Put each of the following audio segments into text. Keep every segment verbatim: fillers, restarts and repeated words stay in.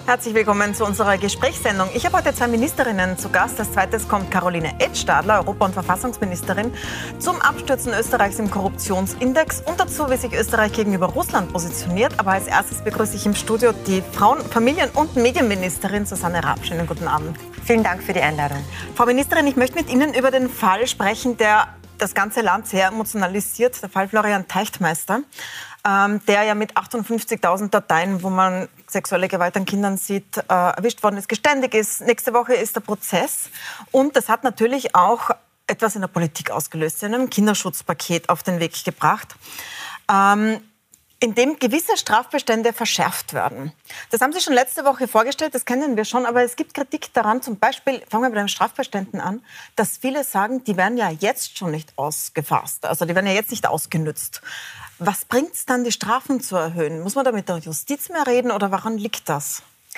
Herzlich willkommen zu unserer Gesprächssendung. Ich habe heute zwei Ministerinnen zu Gast. Als zweites kommt Caroline Edstadler, Europa- und Verfassungsministerin, zum Abstürzen Österreichs im Korruptionsindex und dazu, wie sich Österreich gegenüber Russland positioniert. Aber als erstes begrüße ich im Studio die Frauen-, Familien- und Medienministerin Susanne Raab. Schönen guten Abend. Vielen Dank für die Einladung. Frau Ministerin, ich möchte mit Ihnen über den Fall sprechen, der das ganze Land sehr emotionalisiert, der Fall Florian Teichtmeister, ähm, der ja mit achtundfünfzigtausend Dateien, wo man sexuelle Gewalt an Kindern sieht, äh, erwischt worden ist, geständig ist. Nächste Woche ist der Prozess. Und das hat natürlich auch etwas in der Politik ausgelöst, in einem Kinderschutzpaket auf den Weg gebracht, ähm, in dem gewisse Strafbestände verschärft werden. Das haben Sie schon letzte Woche vorgestellt, das kennen wir schon, aber es gibt Kritik daran, zum Beispiel, fangen wir bei den Strafbeständen an, dass viele sagen, die werden ja jetzt schon nicht ausgefasst, also die werden ja jetzt nicht ausgenützt. Was bringt es dann, die Strafen zu erhöhen? Muss man da mit der Justiz mehr reden oder woran liegt das?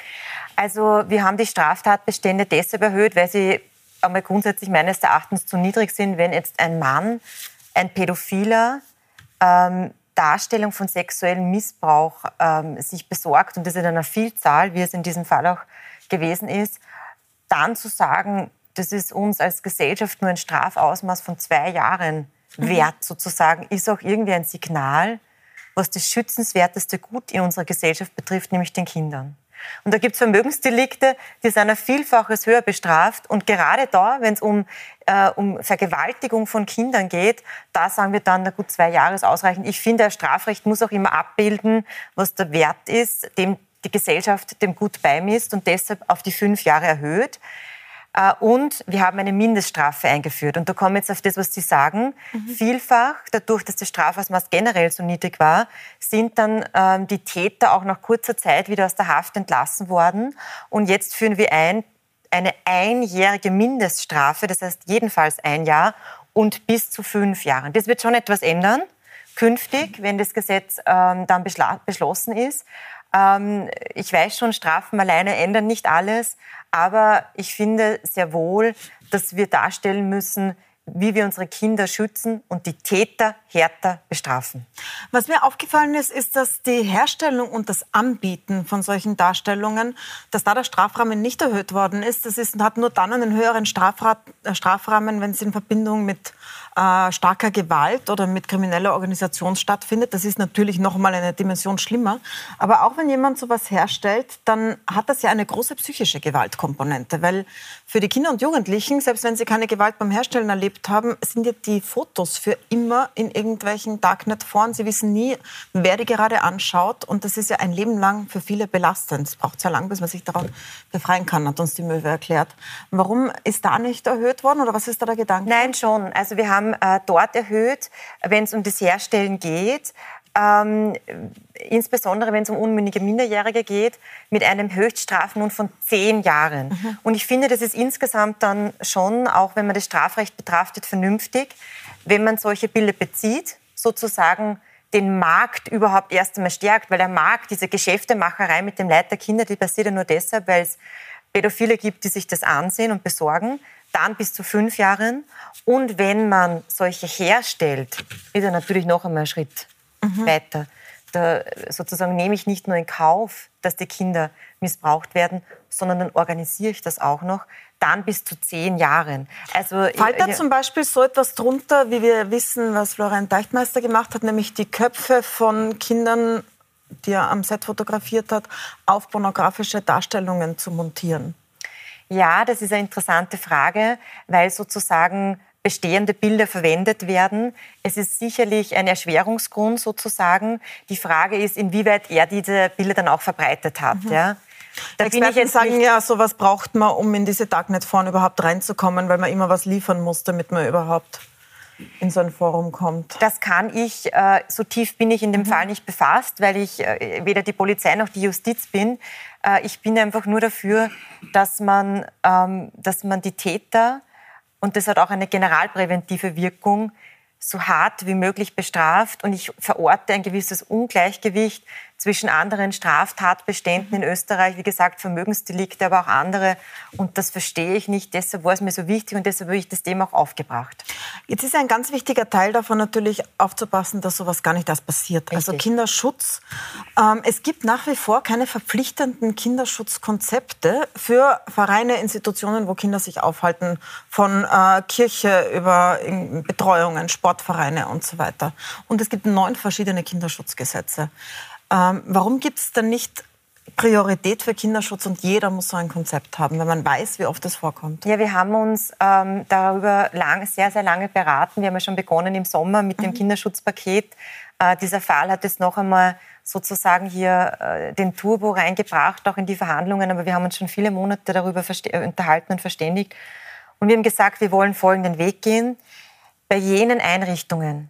Also wir haben die Straftatbestände deshalb erhöht, weil sie einmal grundsätzlich meines Erachtens zu niedrig sind, wenn jetzt ein Mann, ein Pädophiler, ähm, Darstellung von sexuellem Missbrauch ähm, sich besorgt, und das in einer Vielzahl, wie es in diesem Fall auch gewesen ist, dann zu sagen, das ist uns als Gesellschaft nur ein Strafausmaß von zwei Jahren wert, mhm. sozusagen, ist auch irgendwie ein Signal, was das schützenswerteste Gut in unserer Gesellschaft betrifft, nämlich den Kindern. Und da gibt es Vermögensdelikte, die sind ein Vielfaches höher bestraft. Und gerade da, wenn es um, äh, um Vergewaltigung von Kindern geht, da sagen wir dann, na gut, zwei Jahre ist ausreichend. Ich finde, das Strafrecht muss auch immer abbilden, was der Wert ist, dem die Gesellschaft dem Gut beimisst, und deshalb auf die fünf Jahre erhöht. Äh, und wir haben eine Mindeststrafe eingeführt. Und da kommen wir jetzt auf das, was Sie sagen. Mhm. Vielfach, dadurch, dass das Strafausmaß generell so niedrig war, sind dann ähm, die Täter auch nach kurzer Zeit wieder aus der Haft entlassen worden. Und jetzt führen wir ein eine einjährige Mindeststrafe, das heißt jedenfalls ein Jahr und bis zu fünf Jahren. Das wird schon etwas ändern, künftig, wenn das Gesetz ähm, dann beschla- beschlossen ist. Ähm, ich weiß schon, Strafen alleine ändern nicht alles, aber ich finde sehr wohl, dass wir darstellen müssen, wie wir unsere Kinder schützen und die Täter härter bestrafen. Was mir aufgefallen ist, ist, dass die Herstellung und das Anbieten von solchen Darstellungen, dass da der Strafrahmen nicht erhöht worden ist. Das ist, hat nur dann einen höheren Strafrat, äh, Strafrahmen, wenn es in Verbindung mit äh, starker Gewalt oder mit krimineller Organisation stattfindet. Das ist natürlich noch mal eine Dimension schlimmer. Aber auch wenn jemand sowas herstellt, dann hat das ja eine große psychische Gewaltkomponente, weil für die Kinder und Jugendlichen, selbst wenn sie keine Gewalt beim Herstellen erlebt haben, sind ja die Fotos für immer in irgendwelchen Darknet-Foren. Sie wissen nie, wer die gerade anschaut. Und das ist ja ein Leben lang für viele belastend. Es braucht sehr lang, bis man sich darauf befreien kann, hat uns die Möwe erklärt. Warum ist da nicht erhöht worden oder was ist da der Gedanke? Nein, schon. Also wir haben äh, dort erhöht, wenn es um das Herstellen geht. Ähm, insbesondere wenn es um unmündige Minderjährige geht, mit einem Höchststrafen nun von zehn Jahren. Mhm. Und ich finde, das ist insgesamt dann schon, auch wenn man das Strafrecht betrachtet, vernünftig, wenn man solche Bilder bezieht, sozusagen den Markt überhaupt erst einmal stärkt, weil der Markt, diese Geschäftemacherei mit dem Leid der Kinder, die passiert ja nur deshalb, weil es Pädophile gibt, die sich das ansehen und besorgen, dann bis zu fünf Jahren. Und wenn man solche herstellt, ist er natürlich noch einmal ein Schritt Mhm. weiter. Da sozusagen nehme ich nicht nur in Kauf, dass die Kinder missbraucht werden, sondern dann organisiere ich das auch noch, dann bis zu zehn Jahren. Also, Fällt da ja, zum Beispiel so etwas drunter, wie wir wissen, was Florian Teichtmeister gemacht hat, nämlich die Köpfe von Kindern, die er am Set fotografiert hat, auf pornografische Darstellungen zu montieren? Ja, das ist eine interessante Frage, weil sozusagen bestehende Bilder verwendet werden. Es ist sicherlich ein Erschwerungsgrund sozusagen. Die Frage ist, inwieweit er diese Bilder dann auch verbreitet hat. Mhm. Ja. Da Experten bin ich jetzt sagen ja, sowas braucht man, um in diese Darknet-Foren überhaupt reinzukommen, weil man immer was liefern muss, damit man überhaupt in so ein Forum kommt. Das kann ich, äh, so tief bin ich in dem mhm. Fall nicht befasst, weil ich äh, weder die Polizei noch die Justiz bin. Äh, ich bin einfach nur dafür, dass man, ähm, dass man die Täter, und das hat auch eine generalpräventive Wirkung, so hart wie möglich bestraft. Und ich verorte ein gewisses Ungleichgewicht zwischen anderen Straftatbeständen in Österreich, wie gesagt, Vermögensdelikte, aber auch andere. Und das verstehe ich nicht. Deshalb war es mir so wichtig und deshalb habe ich das Thema auch aufgebracht. Jetzt ist ein ganz wichtiger Teil davon natürlich aufzupassen, dass sowas gar nicht erst passiert. Richtig. Also Kinderschutz. Ähm, es gibt nach wie vor keine verpflichtenden Kinderschutzkonzepte für Vereine, Institutionen, wo Kinder sich aufhalten, von äh, Kirche über Betreuungen, Sportvereine und so weiter. Und es gibt neun verschiedene Kinderschutzgesetze. Ähm, warum gibt es denn nicht Priorität für Kinderschutz und jeder muss so ein Konzept haben, wenn man weiß, wie oft es vorkommt? Ja, wir haben uns ähm, darüber lang, sehr, sehr lange beraten. Wir haben ja schon begonnen im Sommer mit dem mhm. Kinderschutzpaket. Äh, dieser Fall hat jetzt noch einmal sozusagen hier äh, den Turbo reingebracht, auch in die Verhandlungen. Aber wir haben uns schon viele Monate darüber unterhalten und verständigt. Und wir haben gesagt, wir wollen folgenden Weg gehen. Bei jenen Einrichtungen,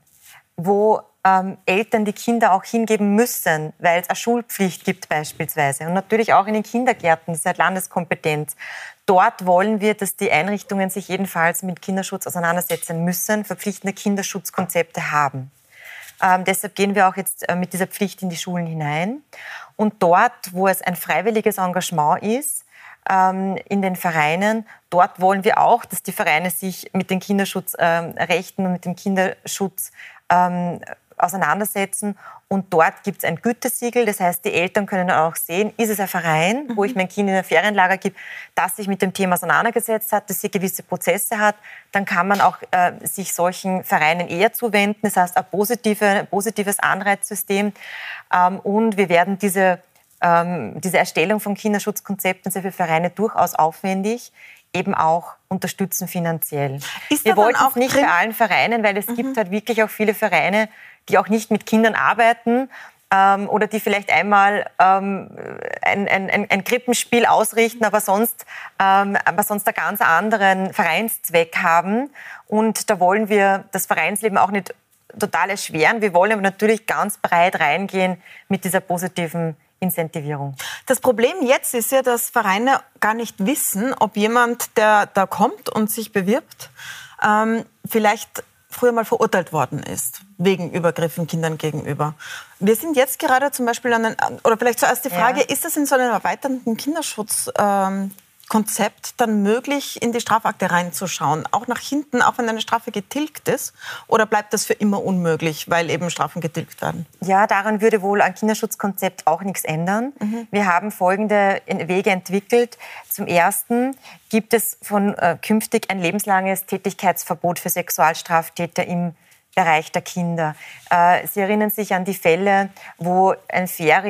wo ähm, Eltern die Kinder auch hingeben müssen, weil es eine Schulpflicht gibt beispielsweise und natürlich auch in den Kindergärten, das ist halt Landeskompetenz. Dort wollen wir, dass die Einrichtungen sich jedenfalls mit Kinderschutz auseinandersetzen müssen, verpflichtende Kinderschutzkonzepte haben. Ähm, deshalb gehen wir auch jetzt äh, mit dieser Pflicht in die Schulen hinein. Und dort, wo es ein freiwilliges Engagement ist, ähm, in den Vereinen, dort wollen wir auch, dass die Vereine sich mit den Kinderschutzrechten ähm, und mit dem Kinderschutz ähm, auseinandersetzen. Und dort gibt es ein Gütesiegel. Das heißt, die Eltern können auch sehen, ist es ein Verein, wo ich mein Kind in ein Ferienlager gebe, das sich mit dem Thema auseinandergesetzt hat, das hier gewisse Prozesse hat. Dann kann man auch äh, sich solchen Vereinen eher zuwenden. Das heißt, ein, positive, ein positives Anreizsystem. Ähm, und wir werden diese, ähm, diese Erstellung von Kinderschutzkonzepten sehr für Vereine durchaus aufwendig eben auch unterstützen finanziell. Ist wir wollten auch es nicht drin? bei allen Vereinen, weil es mhm. gibt halt wirklich auch viele Vereine, die auch nicht mit Kindern arbeiten ähm, oder die vielleicht einmal ähm, ein, ein, ein Krippenspiel ausrichten, aber sonst, ähm, aber sonst einen ganz anderen Vereinszweck haben. Und da wollen wir das Vereinsleben auch nicht total erschweren. Wir wollen aber natürlich ganz breit reingehen mit dieser positiven Incentivierung. Das Problem jetzt ist ja, dass Vereine gar nicht wissen, ob jemand, der da kommt und sich bewirbt, ähm, vielleicht früher mal verurteilt worden ist, wegen Übergriffen Kindern gegenüber. Wir sind jetzt gerade zum Beispiel an den, oder vielleicht zuerst die Frage, ja. ist das in so einem erweiterten Kinderschutz ähm, Konzept dann möglich, in die Strafakte reinzuschauen, auch nach hinten, auch wenn eine Strafe getilgt ist? Oder bleibt das für immer unmöglich, weil eben Strafen getilgt werden? Ja, daran würde wohl ein Kinderschutzkonzept auch nichts ändern. Mhm. Wir haben folgende Wege entwickelt. Zum Ersten gibt es von äh, künftig ein lebenslanges Tätigkeitsverbot für Sexualstraftäter im Bereich der Kinder. Äh, Sie erinnern sich an die Fälle, wo ein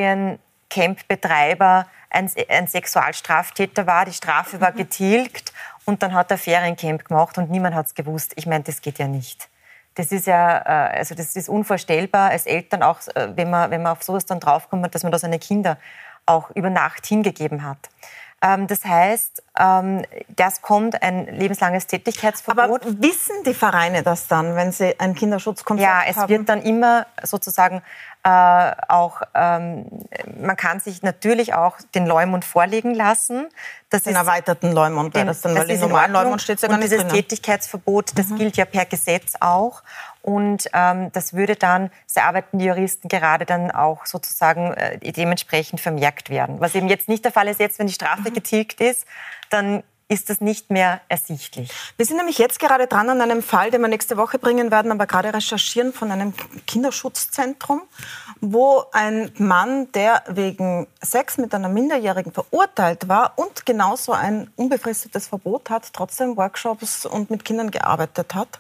Feriencampbetreiber Ein, ein Sexualstraftäter war, die Strafe war getilgt und dann hat er Feriencamp gemacht und niemand hat es gewusst. Ich meine, das geht ja nicht. Das ist ja, also das ist unvorstellbar als Eltern auch, wenn man, wenn man auf sowas dann draufkommt, dass man da seine Kinder auch über Nacht hingegeben hat. Das heißt, das kommt ein lebenslanges Tätigkeitsverbot. Aber wissen die Vereine das dann, wenn sie ein Kinderschutzkonzept haben? Ja, es haben? wird dann immer sozusagen äh, auch, ähm, man kann sich natürlich auch den Leumund vorlegen lassen. Das den ist erweiterten Leumund, weil das dann, weil im normalen Leumund steht ja gar nicht drin. Und dieses Tätigkeitsverbot, das mhm. gilt ja per Gesetz auch. Und ähm, das würde dann, so arbeiten die Juristen gerade dann auch sozusagen äh, dementsprechend vermerkt werden. Was eben jetzt nicht der Fall ist, jetzt wenn die Strafe mhm. getilgt ist, dann ist das nicht mehr ersichtlich. Wir sind nämlich jetzt gerade dran an einem Fall, den wir nächste Woche bringen werden, aber gerade recherchieren von einem Kinderschutzzentrum, wo ein Mann, der wegen Sex mit einer Minderjährigen verurteilt war und genauso ein unbefristetes Verbot hat, trotzdem Workshops und mit Kindern gearbeitet hat.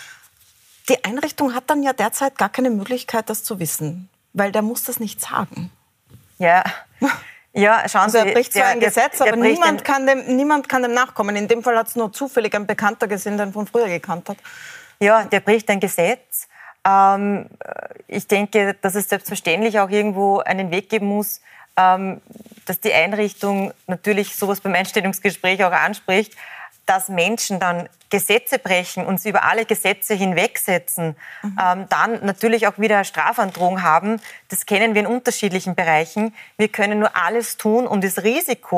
Die Einrichtung hat dann ja derzeit gar keine Möglichkeit, das zu wissen, weil der muss das nicht sagen. Ja. Ja, schauen Sie, also er bricht zwar ein der, Gesetz, der, der aber niemand kann, dem, niemand kann dem nachkommen. In dem Fall hat es nur zufällig ein Bekannter gesehen, der ihn von früher gekannt hat. Ja, der bricht ein Gesetz. Ähm, ich denke, dass es selbstverständlich auch irgendwo einen Weg geben muss, ähm, dass die Einrichtung natürlich sowas beim Einstellungsgespräch auch anspricht, dass Menschen dann Gesetze brechen und sie über alle Gesetze hinwegsetzen, mhm. ähm, dann natürlich auch wieder Strafandrohung haben. Das kennen wir in unterschiedlichen Bereichen. Wir können nur alles tun, um das Risiko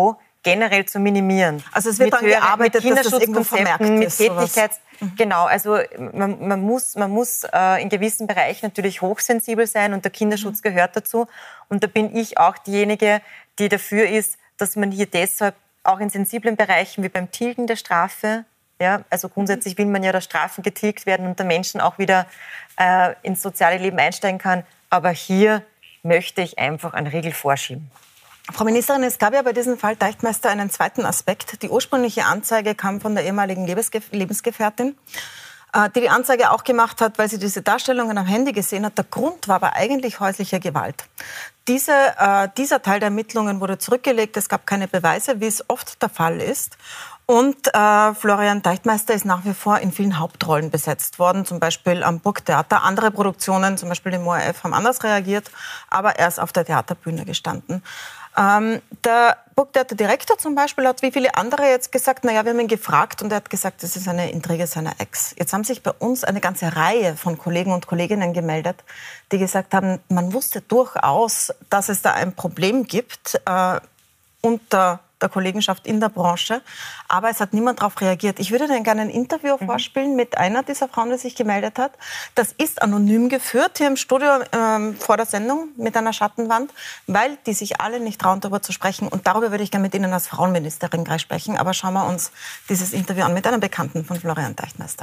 generell zu minimieren. Also es wird mit dann gearbeitet, mit dass das irgendwo vermerkt ist. Mit Tätigkeits mhm. Genau, also man, man muss, man muss äh, in gewissen Bereichen natürlich hochsensibel sein und der Kinderschutz mhm. gehört dazu. Und da bin ich auch diejenige, die dafür ist, dass man hier deshalb auch in sensiblen Bereichen wie beim Tilgen der Strafe, ja, also grundsätzlich will man ja, dass Strafen getilgt werden und der Menschen auch wieder äh, ins soziale Leben einsteigen kann. Aber hier möchte ich einfach einen Riegel vorschieben. Frau Ministerin, es gab ja bei diesem Fall Teichtmeister einen zweiten Aspekt. Die ursprüngliche Anzeige kam von der ehemaligen Lebensgefährtin, die die Anzeige auch gemacht hat, weil sie diese Darstellungen am Handy gesehen hat. Der Grund war aber eigentlich häusliche Gewalt. Diese, äh, dieser Teil der Ermittlungen wurde zurückgelegt. Es gab keine Beweise, wie es oft der Fall ist. Und äh, Florian Teichtmeister ist nach wie vor in vielen Hauptrollen besetzt worden, zum Beispiel am Burgtheater. Andere Produktionen, zum Beispiel im O R F, haben anders reagiert, aber er ist auf der Theaterbühne gestanden. Ähm, der Burgtheaterdirektor zum Beispiel hat wie viele andere jetzt gesagt, naja, wir haben ihn gefragt und er hat gesagt, das ist eine Intrige seiner Ex. Jetzt haben sich bei uns eine ganze Reihe von Kollegen und Kolleginnen gemeldet, die gesagt haben, man wusste durchaus, dass es da ein Problem gibt äh, unter der Kollegenschaft in der Branche, aber es hat niemand darauf reagiert. Ich würde Ihnen gerne ein Interview mhm. vorspielen mit einer dieser Frauen, die sich gemeldet hat. Das ist anonym geführt hier im Studio ähm, vor der Sendung mit einer Schattenwand, weil die sich alle nicht trauen, darüber zu sprechen. Und darüber würde ich gerne mit Ihnen als Frauenministerin gleich sprechen. Aber schauen wir uns dieses Interview an mit einer Bekannten von Florian Teichtmeister.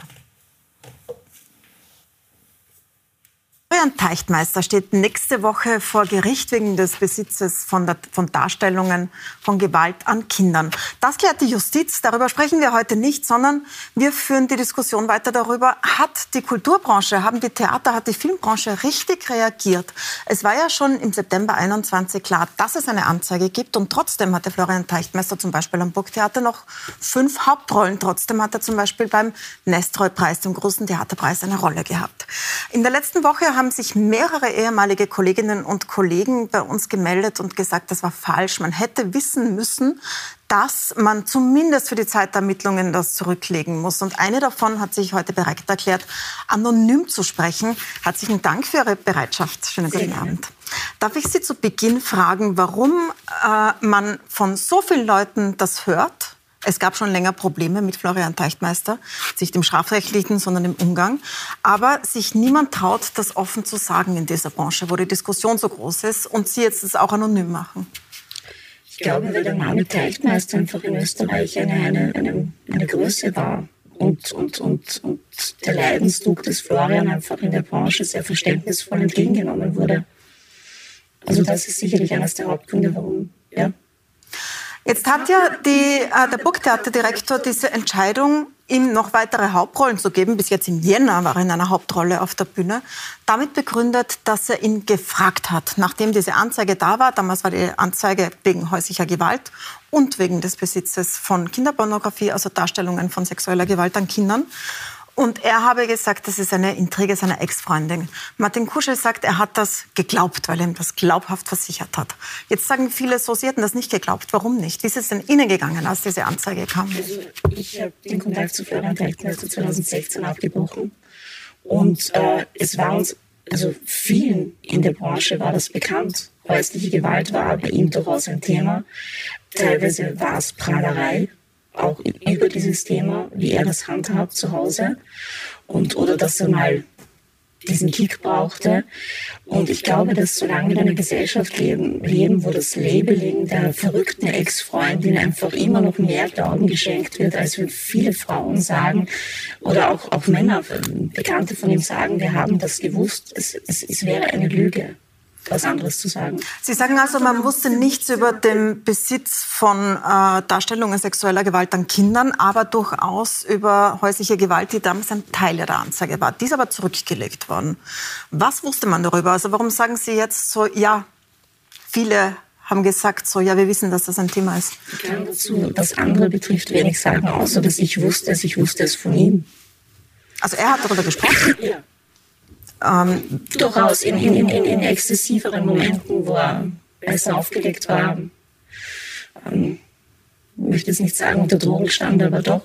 Florian Teichtmeister steht nächste Woche vor Gericht wegen des Besitzes von, der, von Darstellungen von Gewalt an Kindern. Das klärt die Justiz. Darüber sprechen wir heute nicht, sondern wir führen die Diskussion weiter darüber, hat die Kulturbranche, haben die Theater, hat die Filmbranche richtig reagiert? Es war ja schon im September einundzwanzig klar, dass es eine Anzeige gibt und trotzdem hatte Florian Teichtmeister zum Beispiel am Burgtheater noch fünf Hauptrollen. Trotzdem hat er zum Beispiel beim Nestroy-Preis, dem großen Theaterpreis, eine Rolle gehabt. In der letzten Woche haben sich mehrere ehemalige Kolleginnen und Kollegen bei uns gemeldet und gesagt, das war falsch. Man hätte wissen müssen, dass man zumindest für die Zeit der Ermittlungen das zurücklegen muss. Und eine davon hat sich heute bereit erklärt, anonym zu sprechen. Herzlichen Dank für Ihre Bereitschaft. Schönen guten Abend. Darf ich Sie zu Beginn fragen, warum äh, man von so vielen Leuten das hört? Es gab schon länger Probleme mit Florian Teichtmeister, nicht im Strafrechtlichen, sondern im Umgang. Aber sich niemand traut, das offen zu sagen in dieser Branche, wo die Diskussion so groß ist und Sie jetzt das auch anonym machen. Ich glaube, weil der Name Teichtmeister einfach in Österreich eine, eine, eine, eine Größe war. Und, und, und, und der Leidensdruck des Florian einfach in der Branche sehr verständnisvoll entgegengenommen wurde. Also das ist sicherlich eines der Hauptgründe, warum, ja. Jetzt hat ja die, äh, der Burgtheaterdirektor diese Entscheidung, ihm noch weitere Hauptrollen zu geben, bis jetzt im Jänner war er in einer Hauptrolle auf der Bühne, damit begründet, dass er ihn gefragt hat. Nachdem diese Anzeige da war, damals war die Anzeige wegen häuslicher Gewalt und wegen des Besitzes von Kinderpornografie, also Darstellungen von sexueller Gewalt an Kindern. Und er habe gesagt, das ist eine Intrige seiner Ex-Freundin. Martin Kuschel sagt, er hat das geglaubt, weil er ihm das glaubhaft versichert hat. Jetzt sagen viele so, sie hätten das nicht geglaubt. Warum nicht? Wie ist es denn Ihnen gegangen, als diese Anzeige kam? Also ich habe den Kontakt zu Florian Teichtmeister zwanzig sechzehn abgebrochen. Und äh, es war uns, also vielen in der Branche war das bekannt. Häusliche Gewalt war bei ihm durchaus ein Thema. Teilweise war es Prahlerei. Auch über dieses Thema, wie er das handhabt zu Hause und oder dass er mal diesen Kick brauchte. Und ich glaube, dass solange wir in einer Gesellschaft leben, leben, wo das Labeling der verrückten Ex-Freundin einfach immer noch mehr Glauben geschenkt wird, als wenn viele Frauen sagen oder auch, auch Männer, Bekannte von ihm sagen, wir haben das gewusst, es, es, es wäre eine Lüge, was anderes zu sagen. Sie sagen also, man wusste nichts über den Besitz von äh, Darstellungen sexueller Gewalt an Kindern, aber durchaus über häusliche Gewalt, die damals ein Teil der Anzeige war. Die ist aber zurückgelegt worden. Was wusste man darüber? Also warum sagen Sie jetzt so, ja, viele haben gesagt, so, ja, wir wissen, dass das ein Thema ist. Ich kann dazu, was andere betrifft, wenig sagen, außer dass ich wusste es, ich wusste es von ihm. Also er hat darüber gesprochen? Ja. Ähm, Durchaus in, in, in, in exzessiveren Momenten, wo er besser aufgelegt war. Ähm, ich möchte jetzt nicht sagen, unter Drogen stand, aber doch.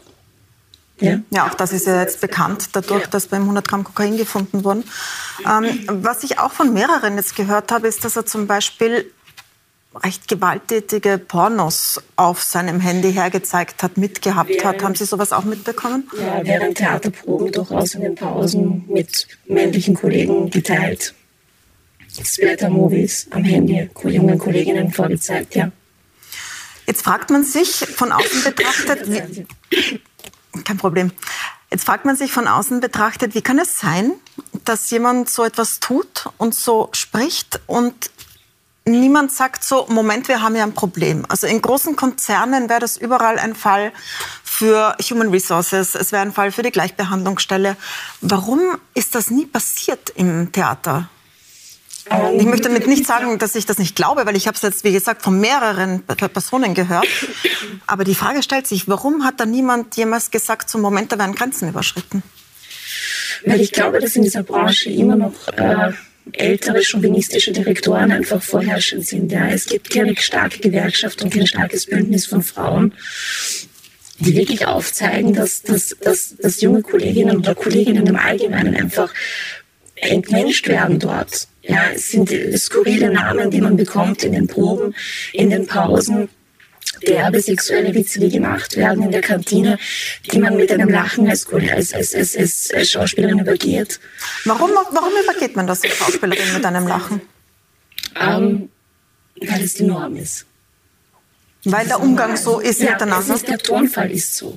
Ja, ja, auch das ist ja jetzt bekannt, dadurch, dass beim hundert Gramm Kokain gefunden wurden. Ähm, was ich auch von mehreren jetzt gehört habe, ist, dass er zum Beispiel recht gewalttätige Pornos auf seinem Handy hergezeigt hat, mitgehabt während, hat. Haben Sie sowas auch mitbekommen? Ja, während Theaterproben durchaus in den Pausen mit männlichen Kollegen geteilt. Splatter-Movies am Handy, jungen Kolleginnen vorgezeigt, ja. Jetzt fragt man sich von außen betrachtet, wie, kein Problem. Jetzt fragt man sich von außen betrachtet, wie kann es sein, dass jemand so etwas tut und so spricht und niemand sagt so, Moment, wir haben ja ein Problem. Also in großen Konzernen wäre das überall ein Fall für Human Resources, es wäre ein Fall für die Gleichbehandlungsstelle. Warum ist das nie passiert im Theater? Ich möchte damit nicht sagen, dass ich das nicht glaube, weil ich habe es jetzt, wie gesagt, von mehreren Personen gehört. Aber die Frage stellt sich, warum hat da niemand jemals gesagt, so Moment, da werden Grenzen überschritten? Weil ich glaube, dass in dieser Branche immer noch äh, ältere chauvinistische Direktoren einfach vorherrschend sind. Ja. Es gibt keine starke Gewerkschaft und kein starkes Bündnis von Frauen, die wirklich aufzeigen, dass, dass, dass, dass junge Kolleginnen oder Kolleginnen im Allgemeinen einfach entmenscht werden dort. Ja, es sind skurrile Namen, die man bekommt in den Proben, in den Pausen, derbe sexuelle Witze, die gemacht werden in der Kantine, die man mit einem Lachen als, als, als, als, als Schauspielerin übergeht. Warum, warum übergeht man das als Schauspielerin mit einem Lachen? Ähm, weil es die Norm ist. Weil der Umgang so ist ja, miteinander? Ist, der Tonfall ist so.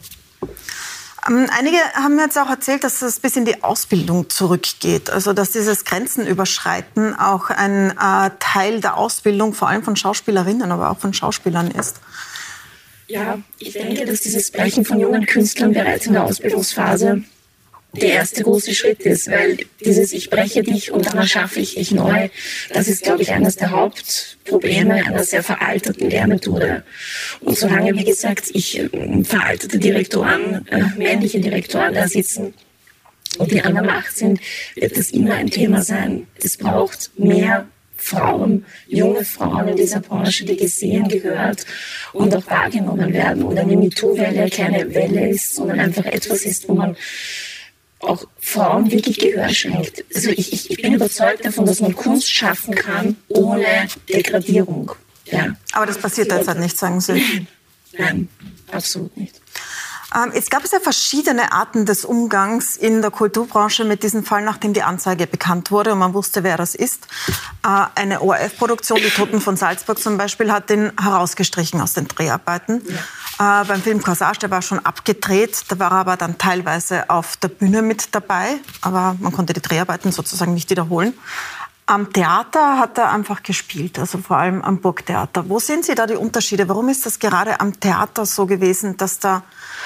Einige haben jetzt auch erzählt, dass es bis in die Ausbildung zurückgeht. Also dass dieses Grenzenüberschreiten auch ein äh, Teil der Ausbildung, vor allem von Schauspielerinnen, aber auch von Schauspielern ist. Ja, ich denke, dass dieses Brechen von jungen Künstlern bereits in der Ausbildungsphase der erste große Schritt ist, weil dieses Ich breche dich und dann erschaffe ich dich neu, das ist, glaube ich, eines der Hauptprobleme einer sehr veralteten Lehrmethode. Und solange, wie gesagt, ich äh, veraltete Direktoren, äh, männliche Direktoren da sitzen und die an der Macht sind, wird das immer ein Thema sein. Es braucht mehr Frauen, junge Frauen in dieser Branche, die gesehen, gehört und auch wahrgenommen werden. Und eine MeToo-Welle keine Welle ist, sondern einfach etwas ist, wo man auch Frauen wirklich Gehör schenkt. Also ich, ich, ich bin überzeugt davon, dass man Kunst schaffen kann ohne Degradierung. Ja. Aber das passiert derzeit nicht, sagen Sie? Nein, absolut nicht. Ähm, jetzt gab es ja verschiedene Arten des Umgangs in der Kulturbranche mit diesem Fall, nachdem die Anzeige bekannt wurde und man wusste, wer das ist. Äh, eine O R F-Produktion, die Toten von Salzburg zum Beispiel, hat den herausgestrichen aus den Dreharbeiten. Ja. Äh, beim Film Corsage, der war schon abgedreht, da war er aber dann teilweise auf der Bühne mit dabei, aber man konnte die Dreharbeiten sozusagen nicht wiederholen. Am Theater hat er einfach gespielt, also vor allem am Burgtheater. Wo sehen Sie da die Unterschiede? Warum ist das gerade am Theater so gewesen, dass da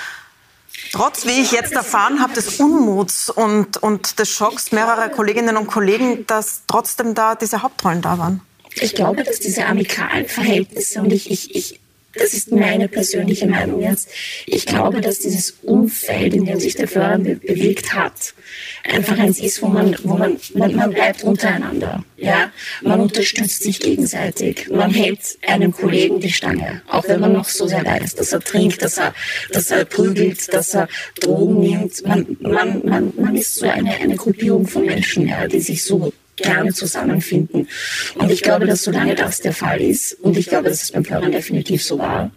trotz, wie ich jetzt erfahren habe, des Unmuts und, und des Schocks mehrerer Kolleginnen und Kollegen, dass trotzdem da diese Hauptrollen da waren? Ich glaube, dass diese amikalen Verhältnisse, und ich, ich, ich, das ist meine persönliche Meinung jetzt, ich glaube, dass dieses Umfeld, in dem sich der Florian be bewegt hat, einfach eins ist, wo man, wo man, man, man bleibt untereinander, ja, man unterstützt sich gegenseitig, man hält einem Kollegen die Stange, auch wenn man noch so sehr weiß, dass er trinkt, dass er, dass er prügelt, dass er Drogen nimmt, man, man, man, man ist so eine, eine Gruppierung von Menschen, ja, die sich so gerne zusammenfinden. Und ich glaube, dass solange das der Fall ist, und ich glaube, dass es beim Florian definitiv so war,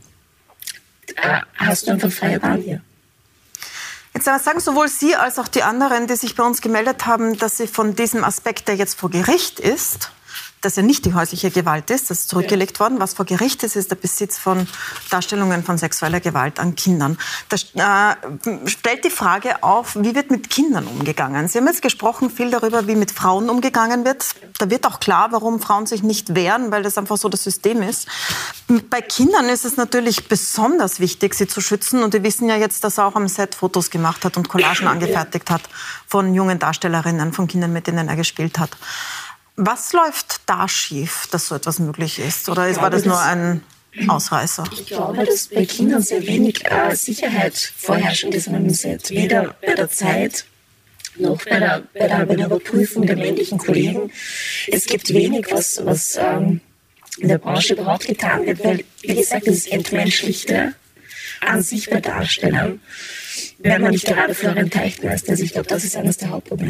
äh, hast du einfach freie Bahn hier. Jetzt sagen sowohl Sie als auch die anderen, die sich bei uns gemeldet haben, dass Sie von diesem Aspekt, der jetzt vor Gericht ist, dass ja nicht die häusliche Gewalt ist, das ist zurückgelegt ja. worden. Was vor Gericht ist, ist der Besitz von Darstellungen von sexueller Gewalt an Kindern. Das äh, stellt die Frage auf, wie wird mit Kindern umgegangen? Sie haben jetzt gesprochen viel darüber, wie mit Frauen umgegangen wird. Da wird auch klar, warum Frauen sich nicht wehren, weil das einfach so das System ist. Bei Kindern ist es natürlich besonders wichtig, sie zu schützen. Und wir wissen ja jetzt, dass er auch am Set Fotos gemacht hat und Collagen angefertigt hat von jungen Darstellerinnen, von Kindern, mit denen er gespielt hat. Was läuft da schief, dass so etwas möglich ist? Oder glaube, war das nur ein Ausreißer? Ich glaube, dass bei Kindern sehr wenig äh, Sicherheit vorherrschend ist an einem Set. Weder bei der Zeit noch bei der, bei der, bei der Überprüfung der männlichen Kollegen. Es gibt wenig, was, was ähm, in der Branche überhaupt getan wird, weil, wie gesagt, das Entmenschlichte an sich bei Darstellern, wenn man nicht gerade Florian Teichtmeister ist. Ich glaube, das ist eines der Hauptprobleme.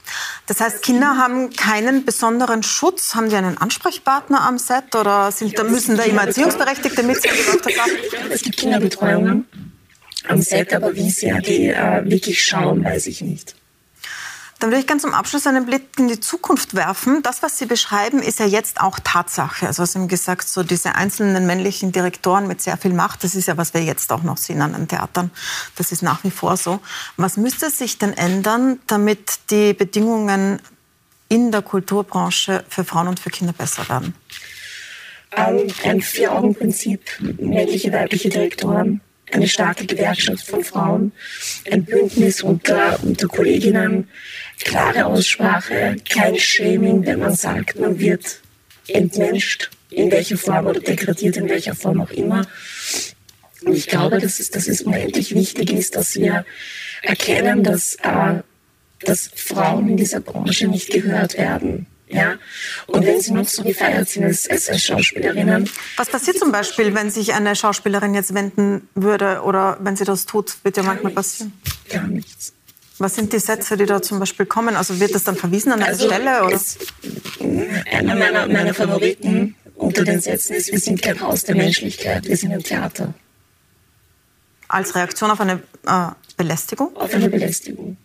Das heißt, Kinder haben keinen besonderen Schutz? Haben die einen Ansprechpartner am Set oder sind, da müssen da immer Erziehungsberechtigte mit sein? Es gibt Kinderbetreuungen am Set, aber wie sehr die äh, wirklich schauen, weiß ich nicht. Dann würde ich ganz zum Abschluss einen Blick in die Zukunft werfen. Das, was Sie beschreiben, ist ja jetzt auch Tatsache. Also Sie haben gesagt, so diese einzelnen männlichen Direktoren mit sehr viel Macht, das ist ja, was wir jetzt auch noch sehen an den Theatern. Das ist nach wie vor so. Was müsste sich denn ändern, damit die Bedingungen in der Kulturbranche für Frauen und für Kinder besser werden? Ähm, ein Vier-Augen-Prinzip, männliche, weibliche Direktoren, eine starke Gewerkschaft von Frauen, ein Bündnis unter, unter Kolleginnen, klare Aussprache, kein Shaming, wenn man sagt, man wird entmenscht, in welcher Form oder degradiert, in welcher Form auch immer. Und ich glaube, dass es, dass es unendlich wichtig ist, dass wir erkennen, dass, äh, dass Frauen in dieser Branche nicht gehört werden. Ja? Und wenn sie noch so gefeiert sind als, als, als Schauspielerinnen. Was passiert zum Beispiel, wenn sich eine Schauspielerin jetzt wenden würde oder wenn sie das tut, wird ja manchmal passieren? Gar nichts. Was sind die Sätze, die da zum Beispiel kommen? Also wird das dann verwiesen an eine also Stelle? Oder? Es, einer meiner, meiner Favoriten unter den Sätzen ist, wir sind kein Haus der Menschlichkeit, wir sind ein Theater. Als Reaktion auf eine äh, Belästigung? Auf eine Belästigung.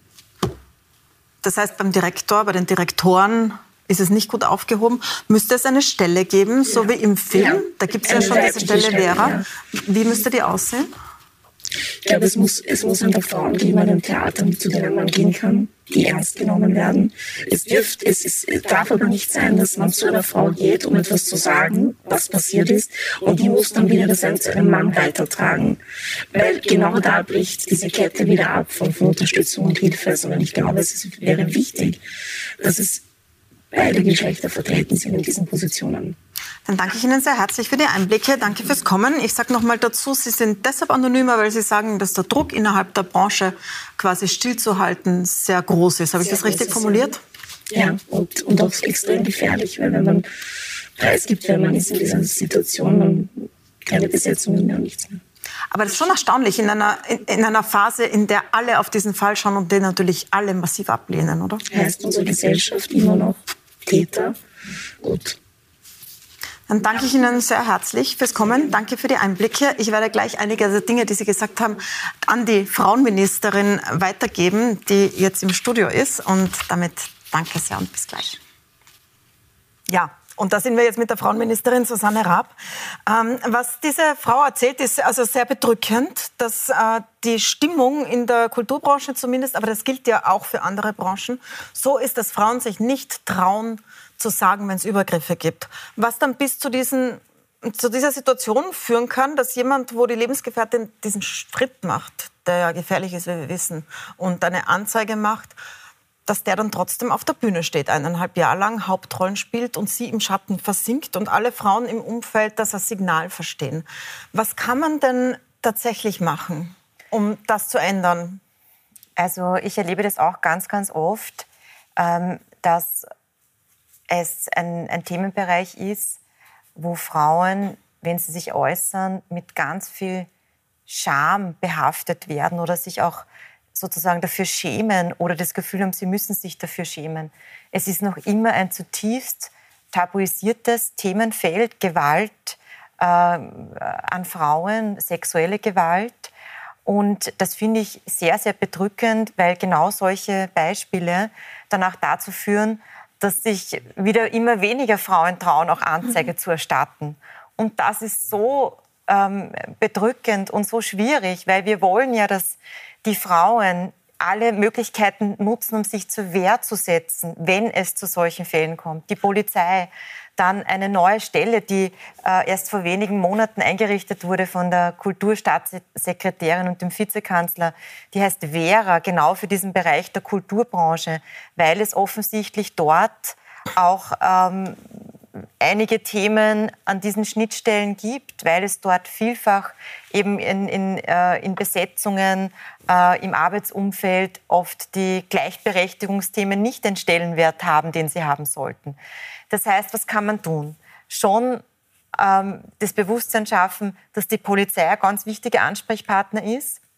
Das heißt, beim Direktor, bei den Direktoren ist es nicht gut aufgehoben. Müsste es eine Stelle geben, so wie im Film? Ja. Da gibt es ja schon diese Stelle, Stelle Vera. Ja. Wie müsste die aussehen? Ich glaube, es muss, es muss einfach Frauen geben an den Theatern, zu denen man gehen kann, die ernst genommen werden. Es, dürft, es, ist, es darf aber nicht sein, dass man zu einer Frau geht, um etwas zu sagen, was passiert ist, und die muss dann wieder das zu einem Mann weitertragen. Weil genau da bricht diese Kette wieder ab von, von Unterstützung und Hilfe. Sondern ich glaube, es ist, wäre wichtig, dass es beide Geschlechter vertreten sind in diesen Positionen. Dann danke ich Ihnen sehr herzlich für die Einblicke. Danke fürs Kommen. Ich sage noch mal dazu, Sie sind deshalb anonymer, weil Sie sagen, dass der Druck innerhalb der Branche quasi stillzuhalten sehr groß ist. Habe ich das richtig formuliert? Ja, und, und auch extrem gefährlich, weil wenn man preisgibt, wenn man ist in dieser Situation, man keine Besetzungen mehr und nichts mehr. Aber das ist schon erstaunlich in einer, in, in einer Phase, in der alle auf diesen Fall schauen und den natürlich alle massiv ablehnen, oder? Heißt unsere Gesellschaft immer noch Täter? Gut. Dann danke ich Ihnen sehr herzlich fürs Kommen. Danke für die Einblicke. Ich werde gleich einige der Dinge, die Sie gesagt haben, an die Frauenministerin weitergeben, die jetzt im Studio ist. Und damit danke sehr und bis gleich. Ja. Und da sind wir jetzt mit der Frauenministerin Susanne Raab. Ähm, was diese Frau erzählt, ist also sehr bedrückend, dass äh, die Stimmung in der Kulturbranche zumindest, aber das gilt ja auch für andere Branchen, so ist, dass Frauen sich nicht trauen zu sagen, wenn es Übergriffe gibt. Was dann bis zu, diesen, zu dieser Situation führen kann, dass jemand, wo die Lebensgefährtin diesen Schritt macht, der ja gefährlich ist, wie wir wissen, und eine Anzeige macht, dass der dann trotzdem auf der Bühne steht, eineinhalb Jahre lang Hauptrollen spielt und sie im Schatten versinkt und alle Frauen im Umfeld das als Signal verstehen. Was kann man denn tatsächlich machen, um das zu ändern? Also ich erlebe das auch ganz, ganz oft, ähm, dass es ein, ein Themenbereich ist, wo Frauen, wenn sie sich äußern, mit ganz viel Scham behaftet werden oder sich auch sozusagen dafür schämen oder das Gefühl haben, sie müssen sich dafür schämen. Es ist noch immer ein zutiefst tabuisiertes Themenfeld, Gewalt äh, an Frauen, sexuelle Gewalt. Und das finde ich sehr, sehr bedrückend, weil genau solche Beispiele danach dazu führen, dass sich wieder immer weniger Frauen trauen, auch Anzeige mhm. zu erstatten. Und das ist so ähm, bedrückend und so schwierig, weil wir wollen ja, dass die Frauen alle Möglichkeiten nutzen, um sich zur Wehr zu setzen, wenn es zu solchen Fällen kommt. Die Polizei, dann eine neue Stelle, die äh, erst vor wenigen Monaten eingerichtet wurde von der Kulturstaatssekretärin und dem Vizekanzler. Die heißt Vera, genau für diesen Bereich der Kulturbranche, weil es offensichtlich dort auch ähm, einige Themen an diesen Schnittstellen gibt, weil es dort vielfach eben in, in, äh, in Besetzungen äh, im Arbeitsumfeld oft die Gleichberechtigungsthemen nicht den Stellenwert haben, den sie haben sollten. Das heißt, was kann man tun? Schon ähm, das Bewusstsein schaffen, dass die Polizei ein ganz wichtiger Ansprechpartner ist,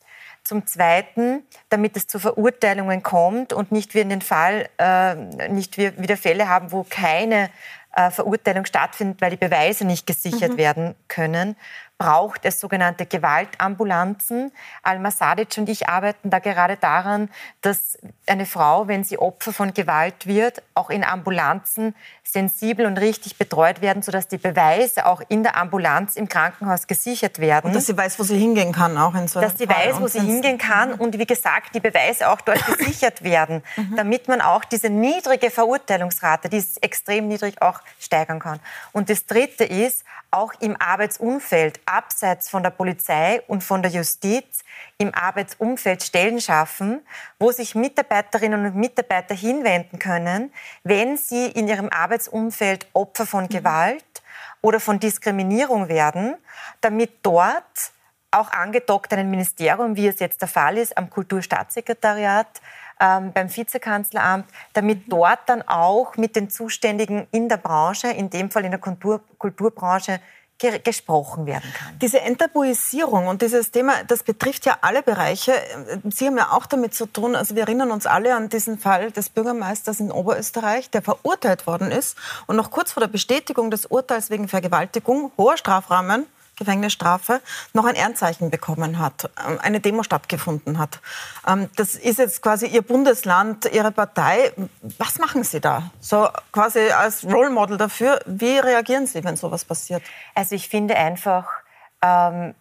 Zum Zweiten, damit es zu Verurteilungen kommt und nicht wir in den Fall, äh, nicht wir wieder Fälle haben, wo keine äh, Verurteilung stattfindet, weil die Beweise nicht gesichert mhm. werden können, braucht es sogenannte Gewaltambulanzen. Alma Sadic und ich arbeiten da gerade daran, dass eine Frau, wenn sie Opfer von Gewalt wird, auch in Ambulanzen sensibel und richtig betreut werden, sodass die Beweise auch in der Ambulanz im Krankenhaus gesichert werden. Und dass sie weiß, wo sie hingehen kann, auch in so einem Dass sie weiß, wo sie hingehen kann und wie gesagt, die Beweise auch dort gesichert werden, mhm. damit man auch diese niedrige Verurteilungsrate, die ist extrem niedrig, auch steigern kann. Und das Dritte ist, auch im Arbeitsumfeld, abseits von der Polizei und von der Justiz, im Arbeitsumfeld Stellen schaffen, wo sich Mitarbeiterinnen und Mitarbeiter hinwenden können, wenn sie in ihrem Arbeitsumfeld Opfer von Gewalt oder von Diskriminierung werden, damit dort auch angedockt an ein Ministerium, wie es jetzt der Fall ist, am Kulturstaatssekretariat, ähm, beim Vizekanzleramt, damit dort dann auch mit den Zuständigen in der Branche, in dem Fall in der Kultur, Kulturbranche, ge- gesprochen werden kann. Diese Enttabuisierung und dieses Thema, das betrifft ja alle Bereiche. Sie haben ja auch damit zu tun, also wir erinnern uns alle an diesen Fall des Bürgermeisters in Oberösterreich, der verurteilt worden ist und noch kurz vor der Bestätigung des Urteils wegen Vergewaltigung, hoher Strafrahmen, Gefängnisstrafe, noch ein Ehrenzeichen bekommen hat, eine Demo stattgefunden hat. Das ist jetzt quasi Ihr Bundesland, Ihre Partei. Was machen Sie da? So quasi als Role Model dafür. Wie reagieren Sie, wenn sowas passiert? Also ich finde einfach, ähm,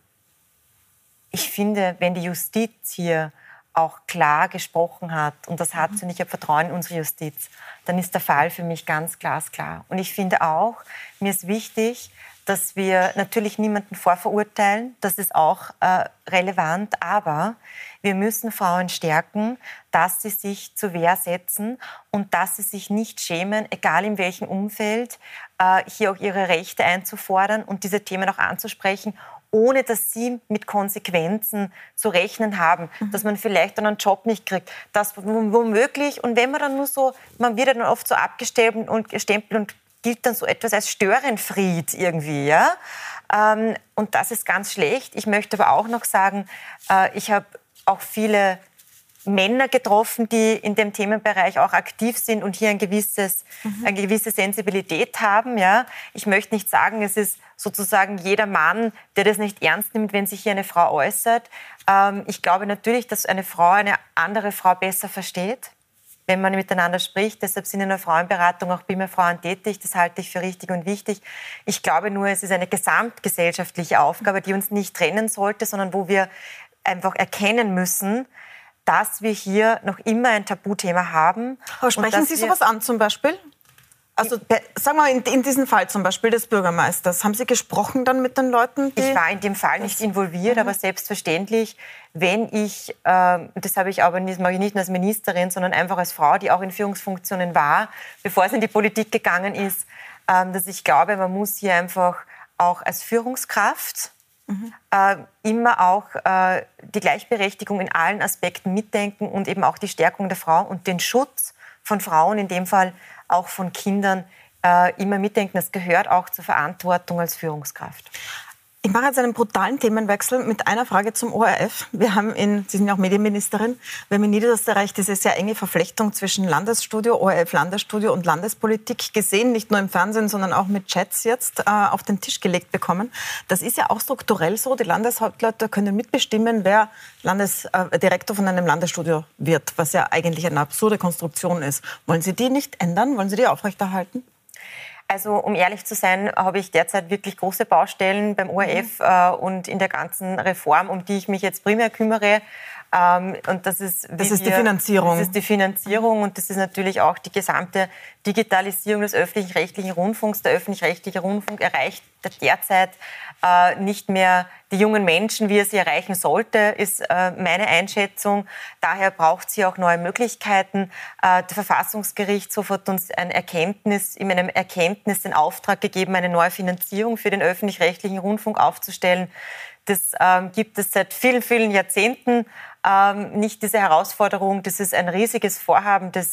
ich finde, wenn die Justiz hier auch klar gesprochen hat, und das hat sie, und ich habe Vertrauen in unsere Justiz, dann ist der Fall für mich ganz glasklar. Und ich finde auch, mir ist wichtig, dass wir natürlich niemanden vorverurteilen, das ist auch äh, relevant, aber wir müssen Frauen stärken, dass sie sich zur Wehr setzen und dass sie sich nicht schämen, egal in welchem Umfeld, äh, hier auch ihre Rechte einzufordern und diese Themen auch anzusprechen, ohne dass sie mit Konsequenzen zu rechnen haben, mhm. dass man vielleicht dann einen Job nicht kriegt, das womöglich, und wenn man dann nur so, man wird dann oft so abgestempelt und gestempelt und gilt dann so etwas als Störenfried irgendwie, ja. Ähm, und das ist ganz schlecht. Ich möchte aber auch noch sagen, äh, ich habe auch viele Männer getroffen, die in dem Themenbereich auch aktiv sind und hier ein gewisses, mhm. eine gewisse Sensibilität haben, ja. Ich möchte nicht sagen, es ist sozusagen jeder Mann, der das nicht ernst nimmt, wenn sich hier eine Frau äußert. Ähm, ich glaube natürlich, dass eine Frau eine andere Frau besser versteht, wenn man miteinander spricht. Deshalb sind in der Frauenberatung auch immer Frauen tätig. Das halte ich für richtig und wichtig. Ich glaube nur, es ist eine gesamtgesellschaftliche Aufgabe, die uns nicht trennen sollte, sondern wo wir einfach erkennen müssen, dass wir hier noch immer ein Tabuthema haben. Aber sprechen Sie sowas an zum Beispiel? Also sagen wir in, in diesem Fall zum Beispiel des Bürgermeisters. Haben Sie gesprochen dann mit den Leuten? Die ich war in dem Fall nicht involviert, mhm. aber selbstverständlich, wenn ich, äh, das habe ich aber nicht, mache ich nicht nur als Ministerin, sondern einfach als Frau, die auch in Führungsfunktionen war, bevor es in die Politik gegangen ist, äh, dass ich glaube, man muss hier einfach auch als Führungskraft mhm. äh, immer auch äh, die Gleichberechtigung in allen Aspekten mitdenken und eben auch die Stärkung der Frau und den Schutz von Frauen, in dem Fall auch von Kindern, äh, immer mitdenken. Das gehört auch zur Verantwortung als Führungskraft. Ich mache jetzt einen brutalen Themenwechsel mit einer Frage zum O R F. Wir haben in, Sie sind ja auch Medienministerin, wir haben in Niederösterreich diese sehr enge Verflechtung zwischen Landesstudio, O R F-Landesstudio und Landespolitik gesehen, nicht nur im Fernsehen, sondern auch mit Chats jetzt äh, auf den Tisch gelegt bekommen. Das ist ja auch strukturell so, die Landeshauptleute können mitbestimmen, wer Landesdirektor äh, von einem Landesstudio wird, was ja eigentlich eine absurde Konstruktion ist. Wollen Sie die nicht ändern? Wollen Sie die aufrechterhalten? Also um ehrlich zu sein, habe ich derzeit wirklich große Baustellen beim O R F mhm. äh, und in der ganzen Reform, um die ich mich jetzt primär kümmere. Ähm, und das ist, das ist wir, die Finanzierung. Das ist die Finanzierung und das ist natürlich auch die gesamte Digitalisierung des öffentlich-rechtlichen Rundfunks. Der öffentlich-rechtliche Rundfunk erreicht derzeit äh, nicht mehr die jungen Menschen, wie er sie erreichen sollte, ist äh, meine Einschätzung. Daher braucht sie auch neue Möglichkeiten. Äh, der Verfassungsgerichtshof hat uns ein Erkenntnis, in einem Erkenntnis den Auftrag gegeben, eine neue Finanzierung für den öffentlich-rechtlichen Rundfunk aufzustellen. Das ähm, gibt es seit vielen, vielen Jahrzehnten ähm, nicht, diese Herausforderung. Das ist ein riesiges Vorhaben, das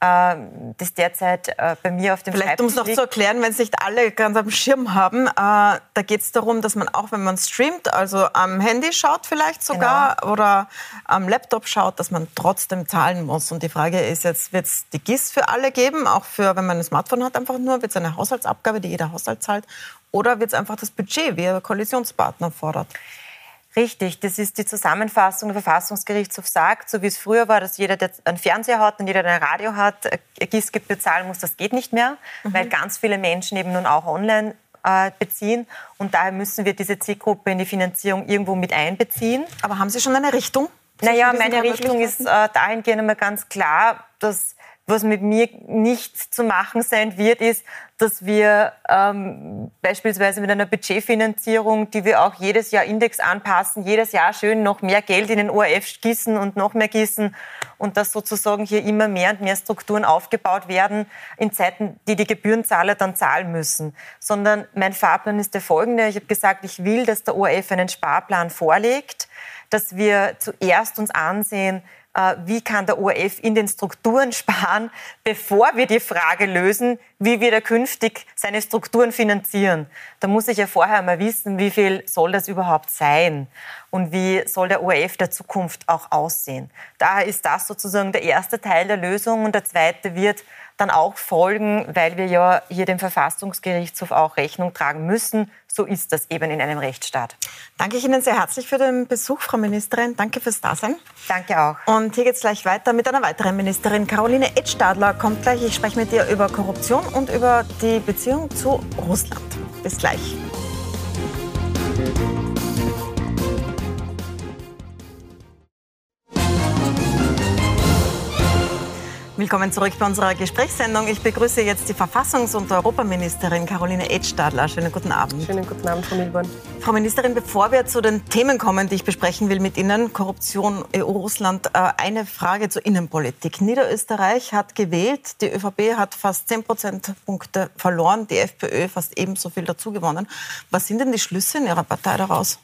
das derzeit äh, bei mir auf dem Vielleicht, um es noch zu erklären, wenn es nicht alle ganz am Schirm haben, äh, da geht es darum, dass man auch, wenn man streamt, also am Handy schaut vielleicht sogar genau. oder am Laptop schaut, dass man trotzdem zahlen muss. Und die Frage ist jetzt, wird es die G I S für alle geben, auch für, wenn man ein Smartphone hat, einfach nur, wird es eine Haushaltsabgabe, die jeder Haushalt zahlt, oder wird es einfach das Budget, wie ein Koalitionspartner fordert? Richtig, das ist die Zusammenfassung, der Verfassungsgerichtshof sagt, so wie es früher war, dass jeder, der einen Fernseher hat und jeder, der ein Radio hat, eine G I S-Gebühr zahlen muss, das geht nicht mehr, mhm. weil ganz viele Menschen eben nun auch online äh, beziehen und daher müssen wir diese Zielgruppe in die Finanzierung irgendwo mit einbeziehen. Aber haben Sie schon eine Richtung? Naja, meine Richtung ist äh, dahingehend einmal ganz klar, dass was mit mir nicht zu machen sein wird, ist, dass wir ähm, beispielsweise mit einer Budgetfinanzierung, die wir auch jedes Jahr Index anpassen, jedes Jahr schön noch mehr Geld in den O R F gießen und noch mehr gießen und dass sozusagen hier immer mehr und mehr Strukturen aufgebaut werden in Zeiten, die die Gebührenzahler dann zahlen müssen. Sondern mein Fahrplan ist der folgende. Ich habe gesagt, ich will, dass der O R F einen Sparplan vorlegt, dass wir zuerst uns ansehen, wie kann der O R F in den Strukturen sparen, bevor wir die Frage lösen, wie wir da künftig seine Strukturen finanzieren. Da muss ich ja vorher mal wissen, wie viel soll das überhaupt sein und wie soll der O R F der Zukunft auch aussehen. Daher ist das sozusagen der erste Teil der Lösung und der zweite wird dann auch folgen, weil wir ja hier dem Verfassungsgerichtshof auch Rechnung tragen müssen. So ist das eben in einem Rechtsstaat. Danke ich Ihnen sehr herzlich für den Besuch, Frau Ministerin. Danke fürs Dasein. Danke auch. Und hier geht es gleich weiter mit einer weiteren Ministerin. Caroline Edstadler kommt gleich. Ich spreche mit ihr über Korruption und über die Beziehung zu Russland. Bis gleich. Willkommen zurück bei unserer Gesprächssendung. Ich begrüße jetzt die Verfassungs- und Europaministerin Caroline Edstadler. Schönen guten Abend. Schönen guten Abend, Frau Milborn. Frau Ministerin, bevor wir zu den Themen kommen, die ich besprechen will mit Ihnen, Korruption, E U, Russland, eine Frage zur Innenpolitik. Niederösterreich hat gewählt, die ÖVP hat fast zehn Prozentpunkte verloren, die FPÖ fast ebenso viel dazu gewonnen. Was sind denn die Schlüsse in Ihrer Partei daraus?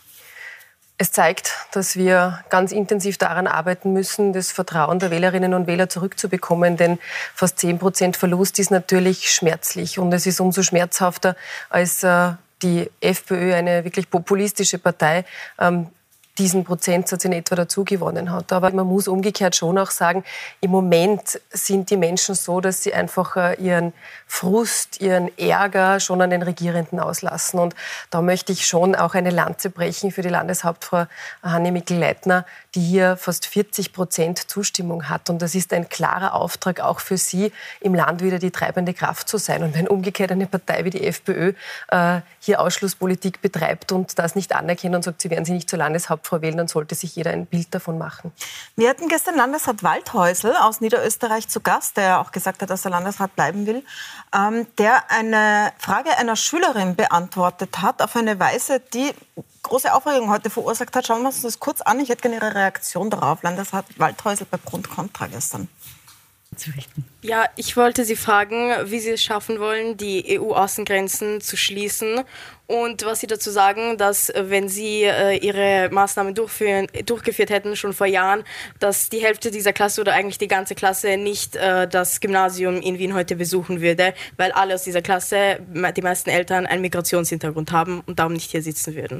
Es zeigt, dass wir ganz intensiv daran arbeiten müssen, das Vertrauen der Wählerinnen und Wähler zurückzubekommen. Denn fast zehn Prozent Verlust ist natürlich schmerzlich. Und es ist umso schmerzhafter, als äh, die FPÖ, eine wirklich populistische Partei, ähm, diesen Prozentsatz in etwa dazu gewonnen hat. Aber man muss umgekehrt schon auch sagen, im Moment sind die Menschen so, dass sie einfach äh, ihren Frust, ihren Ärger schon an den Regierenden auslassen. Und da möchte ich schon auch eine Lanze brechen für die Landeshauptfrau Hanne Mikl-Leitner, die hier fast vierzig Prozent Zustimmung hat. Und das ist ein klarer Auftrag auch für sie, im Land wieder die treibende Kraft zu sein. Und wenn umgekehrt eine Partei wie die FPÖ äh, hier Ausschlusspolitik betreibt und das nicht anerkennt und sagt, sie werden sie nicht zur Landeshauptfrau wählen, dann sollte sich jeder ein Bild davon machen. Wir hatten gestern Landesrat Waldhäusl aus Niederösterreich zu Gast, der auch gesagt hat, dass er Landesrat bleiben will, ähm, der eine Frage einer Schülerin beantwortet hat auf eine Weise, die große Aufregung heute verursacht hat. Schauen wir uns das kurz an. Ich hätte gerne Ihre Reaktion darauf. Landesrat Waldhäusl bei Pro und Contra gestern. Ja, ich wollte Sie fragen, wie Sie es schaffen wollen, die E U-Außengrenzen zu schließen und was Sie dazu sagen, dass wenn Sie äh, Ihre Maßnahmen durchführen, durchgeführt hätten, schon vor Jahren, dass die Hälfte dieser Klasse oder eigentlich die ganze Klasse nicht äh, das Gymnasium in Wien heute besuchen würde, weil alle aus dieser Klasse, die meisten Eltern, einen Migrationshintergrund haben und darum nicht hier sitzen würden.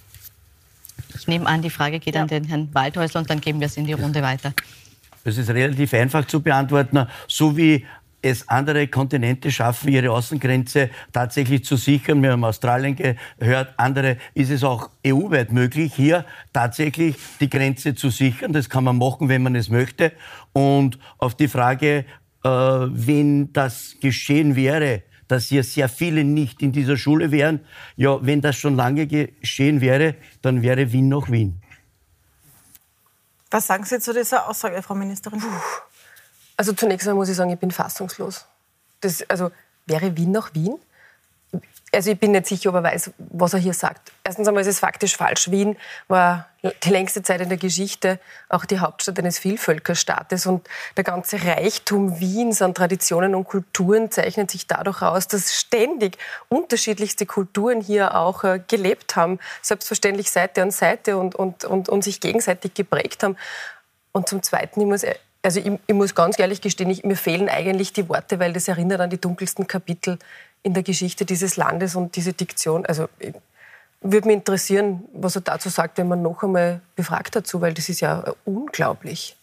Ich nehme an, die Frage geht ja an den Herrn Waldhäusl und dann geben wir es in die Runde weiter. Das ist relativ einfach zu beantworten. So wie es andere Kontinente schaffen, ihre Außengrenze tatsächlich zu sichern. Wir haben Australien gehört, andere ist es auch E U-weit möglich, hier tatsächlich die Grenze zu sichern. Das kann man machen, wenn man es möchte. Und auf die Frage, äh, wenn das geschehen wäre, dass hier sehr viele nicht in dieser Schule wären, ja, wenn das schon lange geschehen wäre, dann wäre Wien noch Wien. Was sagen Sie zu dieser Aussage, Frau Ministerin? Puh. Also zunächst einmal muss ich sagen, ich bin fassungslos. Das, also wäre Wien noch Wien? Also ich bin nicht sicher, ob er weiß, was er hier sagt. Erstens einmal ist es faktisch falsch. Wien war die längste Zeit in der Geschichte auch die Hauptstadt eines Vielvölkerstaates. Und der ganze Reichtum Wiens an Traditionen und Kulturen zeichnet sich dadurch aus, dass ständig unterschiedlichste Kulturen hier auch äh, gelebt haben. Selbstverständlich Seite an Seite und, und, und, und sich gegenseitig geprägt haben. Und zum Zweiten, ich muss Also ich, ich muss ganz ehrlich gestehen, ich, mir fehlen eigentlich die Worte, weil das erinnert an die dunkelsten Kapitel in der Geschichte dieses Landes und diese Diktion. Also ich, würde mich interessieren, was er dazu sagt, wenn man noch einmal befragt dazu, weil das ist ja unglaublich.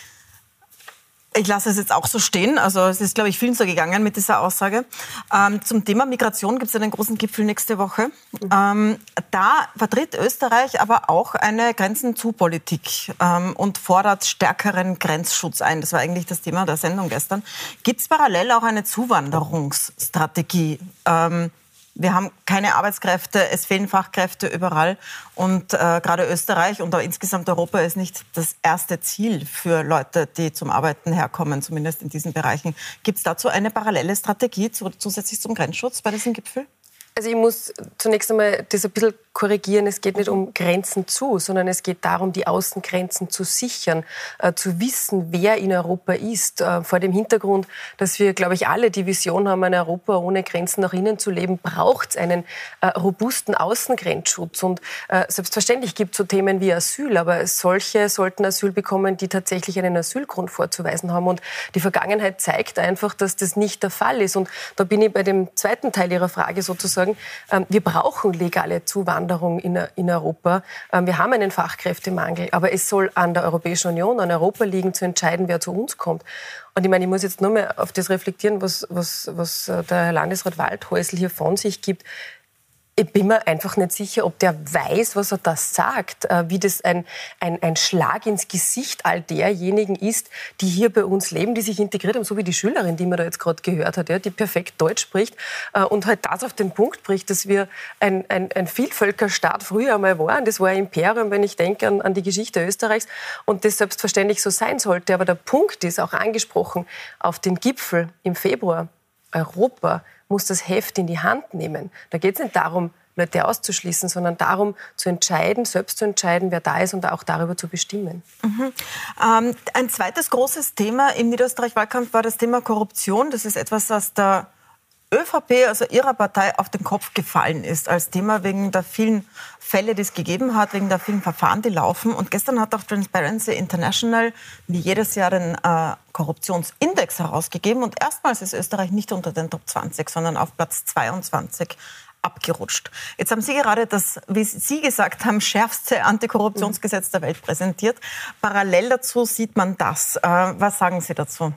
Ich lasse es jetzt auch so stehen. Also es ist, glaube ich, vielen so gegangen mit dieser Aussage. Ähm, zum Thema Migration gibt es einen großen Gipfel nächste Woche. Mhm. Ähm, da vertritt Österreich aber auch eine Grenzen-zu-Politik ähm, und fordert stärkeren Grenzschutz ein. Das war eigentlich das Thema der Sendung gestern. Gibt es parallel auch eine Zuwanderungsstrategie? Ähm, Wir haben keine Arbeitskräfte, es fehlen Fachkräfte überall. Und äh, gerade Österreich und auch insgesamt Europa ist nicht das erste Ziel für Leute, die zum Arbeiten herkommen, zumindest in diesen Bereichen. Gibt es dazu eine parallele Strategie zu, zusätzlich zum Grenzschutz bei diesem Gipfel? Also ich muss zunächst einmal das ein bisschen korrigieren. Es geht nicht um Grenzen zu, sondern es geht darum, die Außengrenzen zu sichern, äh, zu wissen, wer in Europa ist. Äh, vor dem Hintergrund, dass wir, glaube ich, alle die Vision haben, ein Europa ohne Grenzen nach innen zu leben, braucht es einen äh, robusten Außengrenzschutz. Und äh, selbstverständlich gibt es so Themen wie Asyl, aber solche sollten Asyl bekommen, die tatsächlich einen Asylgrund vorzuweisen haben. Und die Vergangenheit zeigt einfach, dass das nicht der Fall ist. Und da bin ich bei dem zweiten Teil Ihrer Frage sozusagen. Wir brauchen legale Zuwanderung in, in Europa. Wir haben einen Fachkräftemangel, aber es soll an der Europäischen Union, an Europa liegen, zu entscheiden, wer zu uns kommt. Und ich meine, ich muss jetzt nur mehr auf das reflektieren, was, was, was der Herr Landesrat Waldhäusl hier von sich gibt. Ich bin mir einfach nicht sicher, ob der weiß, was er da sagt, wie das ein, ein, ein Schlag ins Gesicht all derjenigen ist, die hier bei uns leben, die sich integriert haben, so wie die Schülerin, die man da jetzt gerade gehört hat, ja, die perfekt Deutsch spricht und halt das auf den Punkt bricht, dass wir ein, ein, ein Vielvölkerstaat früher einmal waren. Das war ein Imperium, wenn ich denke an, an die Geschichte Österreichs und das selbstverständlich so sein sollte. Aber der Punkt ist, auch angesprochen, auf den Gipfel im Februar, Europa muss das Heft in die Hand nehmen. Da geht es nicht darum, Leute auszuschließen, sondern darum zu entscheiden, selbst zu entscheiden, wer da ist und auch darüber zu bestimmen. Mhm. Ähm, ein zweites großes Thema im Niederösterreich-Wahlkampf war das Thema Korruption. Das ist etwas, das der ÖVP, also Ihrer Partei, auf den Kopf gefallen ist als Thema wegen der vielen Fälle, die es gegeben hat, wegen der vielen Verfahren, die laufen. Und gestern hat auch Transparency International wie jedes Jahr den äh, Korruptionsindex herausgegeben. Und erstmals ist Österreich nicht unter den Top zwanzig, sondern auf Platz zweiundzwanzig abgerutscht. Jetzt haben Sie gerade das, wie Sie gesagt haben, schärfste Antikorruptionsgesetz der Welt präsentiert. Parallel dazu sieht man das. Äh, was sagen Sie dazu?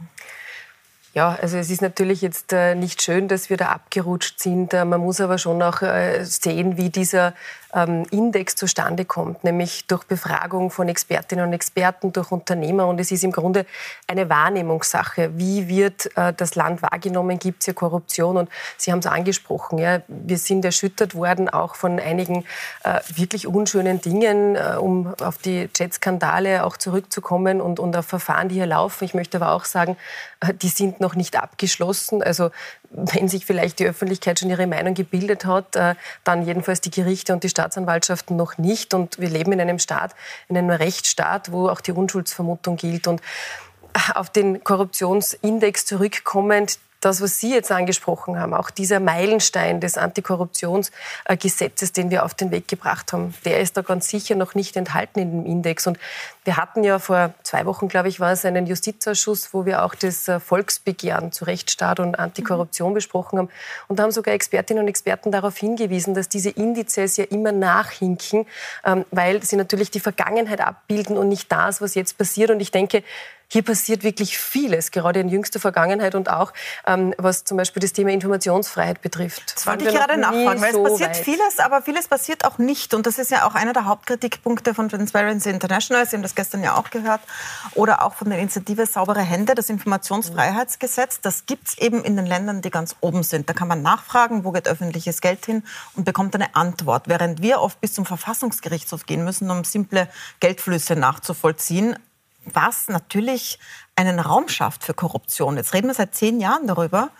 Ja, also es ist natürlich jetzt äh, nicht schön, dass wir da abgerutscht sind. Äh, man muss aber schon auch äh, sehen, wie dieser ähm, Index zustande kommt, nämlich durch Befragung von Expertinnen und Experten, durch Unternehmer. Und es ist im Grunde eine Wahrnehmungssache. Wie wird äh, das Land wahrgenommen? Gibt es hier Korruption? Und Sie haben es angesprochen. Ja, wir sind erschüttert worden auch von einigen äh, wirklich unschönen Dingen, äh, um auf die Jet-Skandale auch zurückzukommen und, und auf Verfahren, die hier laufen. Ich möchte aber auch sagen, äh, die sind noch noch nicht abgeschlossen. Also wenn sich vielleicht die Öffentlichkeit schon ihre Meinung gebildet hat, dann jedenfalls die Gerichte und die Staatsanwaltschaften noch nicht. Und wir leben in einem Staat, in einem Rechtsstaat, wo auch die Unschuldsvermutung gilt. Und auf den Korruptionsindex zurückkommend, das, was Sie jetzt angesprochen haben, auch dieser Meilenstein des Antikorruptionsgesetzes, den wir auf den Weg gebracht haben, der ist da ganz sicher noch nicht enthalten in dem Index. Und wir hatten ja vor zwei Wochen, glaube ich, war es einen Justizausschuss, wo wir auch das Volksbegehren zu Rechtsstaat und Antikorruption besprochen haben. Und da haben sogar Expertinnen und Experten darauf hingewiesen, dass diese Indizes ja immer nachhinken, weil sie natürlich die Vergangenheit abbilden und nicht das, was jetzt passiert. Und ich denke, hier passiert wirklich vieles, gerade in jüngster Vergangenheit und auch, ähm, was zum Beispiel das Thema Informationsfreiheit betrifft. Das wollte ich gerade nachfragen, weil es passiert weit. vieles, aber vieles passiert auch nicht. Und das ist ja auch einer der Hauptkritikpunkte von Transparency International. Sie haben das gestern ja auch gehört. Oder auch von der Initiative Saubere Hände, das Informationsfreiheitsgesetz. Das gibt es eben in den Ländern, die ganz oben sind. Da kann man nachfragen, wo geht öffentliches Geld hin und bekommt eine Antwort. Während wir oft bis zum Verfassungsgerichtshof gehen müssen, um simple Geldflüsse nachzuvollziehen, was natürlich einen Raum schafft für Korruption. Jetzt reden wir seit zehn Jahren darüber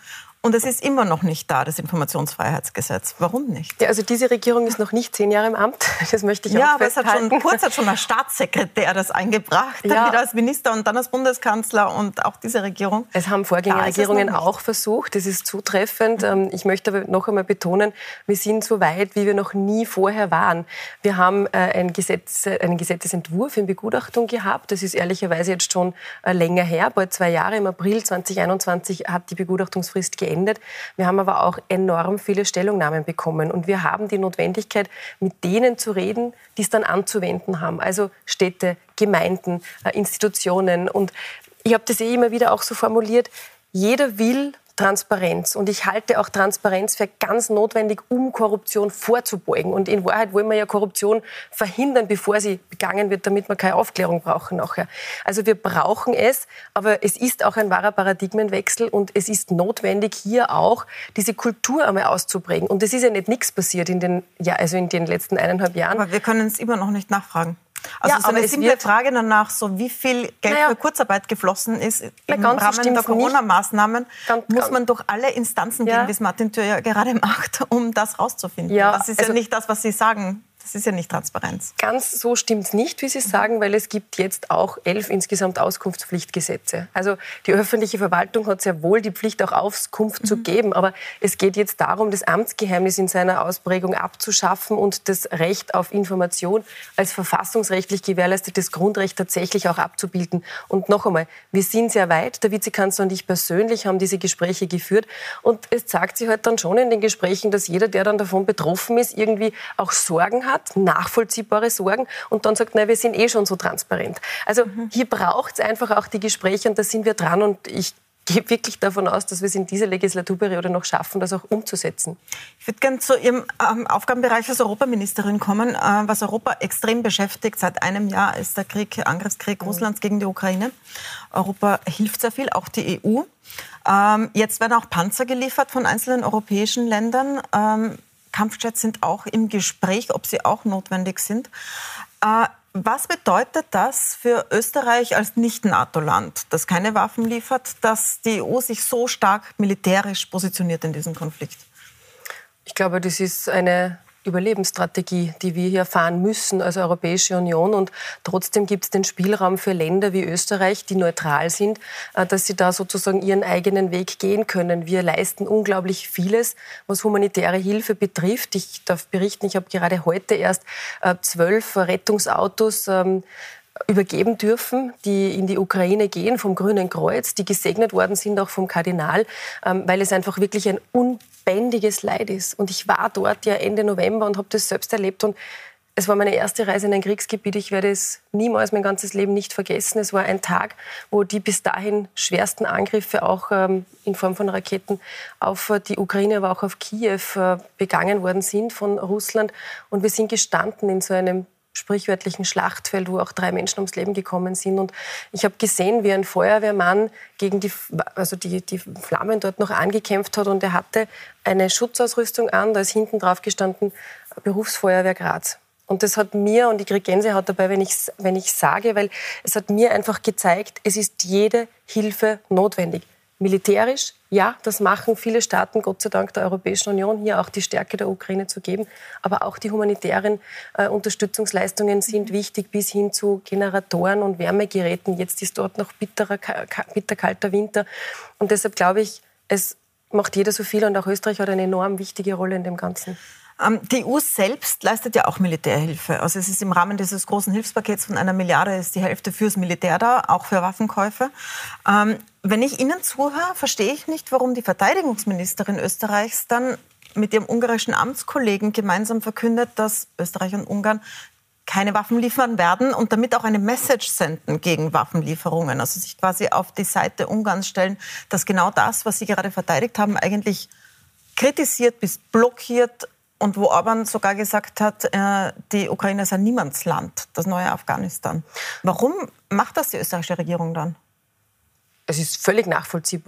Und es ist immer noch nicht da, das Informationsfreiheitsgesetz. Warum nicht? Ja, also diese Regierung ist noch nicht zehn Jahre im Amt. Das möchte ich ja, auch aber es hat schon, kurz hat schon als Staatssekretär das eingebracht, dann ja. wieder als Minister und dann als Bundeskanzler und auch diese Regierung. Es haben Vorgängerregierungen auch versucht, das ist zutreffend. Mhm. Ich möchte aber noch einmal betonen, wir sind so weit, wie wir noch nie vorher waren. Wir haben ein Gesetz, einen Gesetzesentwurf in Begutachtung gehabt. Das ist ehrlicherweise jetzt schon länger her, bald zwei Jahre. Im April zwanzig einundzwanzig hat die Begutachtungsfrist geendet. Wir haben aber auch enorm viele Stellungnahmen bekommen. Und wir haben die Notwendigkeit, mit denen zu reden, die es dann anzuwenden haben. Also Städte, Gemeinden, Institutionen. Und ich habe das eh immer wieder auch so formuliert, jeder will Transparenz. Und ich halte auch Transparenz für ganz notwendig, um Korruption vorzubeugen. Und in Wahrheit wollen wir ja Korruption verhindern, bevor sie begangen wird, damit wir keine Aufklärung brauchen nachher. Also wir brauchen es, aber es ist auch ein wahrer Paradigmenwechsel und es ist notwendig, hier auch diese Kultur einmal auszuprägen. Und es ist ja nicht nichts passiert in den, ja, also in den letzten eineinhalb Jahren. Aber wir können es immer noch nicht nachfragen. Also ja, so eine simple Frage danach, so wie viel Geld naja, für Kurzarbeit geflossen ist im Rahmen der Corona-Maßnahmen, muss man durch alle Instanzen ja. gehen, wie es Martin Thür ja gerade macht, um das rauszufinden. Ja, das ist also ja nicht das, was Sie sagen. Das ist ja nicht Transparenz. Ganz so stimmt es nicht, wie Sie sagen, weil es gibt jetzt auch elf insgesamt Auskunftspflichtgesetze. Also die öffentliche Verwaltung hat sehr wohl die Pflicht, auch Auskunft mhm. zu geben. Aber es geht jetzt darum, das Amtsgeheimnis in seiner Ausprägung abzuschaffen und das Recht auf Information als verfassungsrechtlich gewährleistetes Grundrecht tatsächlich auch abzubilden. Und noch einmal, wir sind sehr weit. Der Vizekanzler und ich persönlich haben diese Gespräche geführt. Und es zeigt sich halt dann schon in den Gesprächen, dass jeder, der dann davon betroffen ist, irgendwie auch Sorgen hat, nachvollziehbare Sorgen und dann sagt, nein, wir sind eh schon so transparent. Also mhm. hier braucht es einfach auch die Gespräche und da sind wir dran und ich gehe wirklich davon aus, dass wir es in dieser Legislaturperiode noch schaffen, das auch umzusetzen. Ich würde gerne zu Ihrem ähm, Aufgabenbereich als Europaministerin kommen. Äh, was Europa extrem beschäftigt seit einem Jahr ist der Krieg, Angriffskrieg mhm. Russlands gegen die Ukraine. Europa hilft sehr viel, auch die E U. Ähm, jetzt werden auch Panzer geliefert von einzelnen europäischen Ländern. Ähm, Kampfjets sind auch im Gespräch, ob sie auch notwendig sind. Äh, was bedeutet das für Österreich als Nicht-NATO-Land, das keine Waffen liefert, dass die E U sich so stark militärisch positioniert in diesem Konflikt? Ich glaube, das ist eine Überlebensstrategie, die wir hier fahren müssen als Europäische Union. Und trotzdem gibt es den Spielraum für Länder wie Österreich, die neutral sind, dass sie da sozusagen ihren eigenen Weg gehen können. Wir leisten unglaublich vieles, was humanitäre Hilfe betrifft. Ich darf berichten, ich habe gerade heute erst zwölf Rettungsautos ähm, übergeben dürfen, die in die Ukraine gehen, vom Grünen Kreuz, die gesegnet worden sind, auch vom Kardinal, ähm, weil es einfach wirklich ein unbändiges Leid ist. Und ich war dort ja Ende November und habe das selbst erlebt und es war meine erste Reise in ein Kriegsgebiet. Ich werde es niemals mein ganzes Leben nicht vergessen. Es war ein Tag, wo die bis dahin schwersten Angriffe auch ähm, in Form von Raketen auf die Ukraine, aber auch auf Kiew äh, begangen worden sind von Russland. Und wir sind gestanden in so einem sprichwörtlichen Schlachtfeld, wo auch drei Menschen ums Leben gekommen sind. Und ich habe gesehen, wie ein Feuerwehrmann gegen die, also die, die Flammen dort noch angekämpft hat. Und er hatte eine Schutzausrüstung an, da ist hinten drauf gestanden, Berufsfeuerwehr Graz. Und das hat mir, und ich kriege Gänsehaut dabei, wenn ich wenn ich sage, weil es hat mir einfach gezeigt, es ist jede Hilfe notwendig. Militärisch, ja, das machen viele Staaten, Gott sei Dank der Europäischen Union, hier auch die Stärke der Ukraine zu geben. Aber auch die humanitären äh, Unterstützungsleistungen sind wichtig, bis hin zu Generatoren und Wärmegeräten. Jetzt ist dort noch bitterer, bitterkalter Winter. Und deshalb glaube ich, es macht jeder so viel und auch Österreich hat eine enorm wichtige Rolle in dem Ganzen. Die E U selbst leistet ja auch Militärhilfe. Also es ist im Rahmen dieses großen Hilfspakets von einer Milliarde ist die Hälfte fürs Militär da, auch für Waffenkäufe. Ähm, wenn ich Ihnen zuhöre, verstehe ich nicht, warum die Verteidigungsministerin Österreichs dann mit ihrem ungarischen Amtskollegen gemeinsam verkündet, dass Österreich und Ungarn keine Waffen liefern werden und damit auch eine Message senden gegen Waffenlieferungen. Also sich quasi auf die Seite Ungarns stellen, dass genau das, was Sie gerade verteidigt haben, eigentlich kritisiert bis blockiert. Und wo Orban sogar gesagt hat, äh, die Ukraine ist ein Niemandsland, das neue Afghanistan. Warum macht das die österreichische Regierung dann? Es ist völlig nachvollziehbar,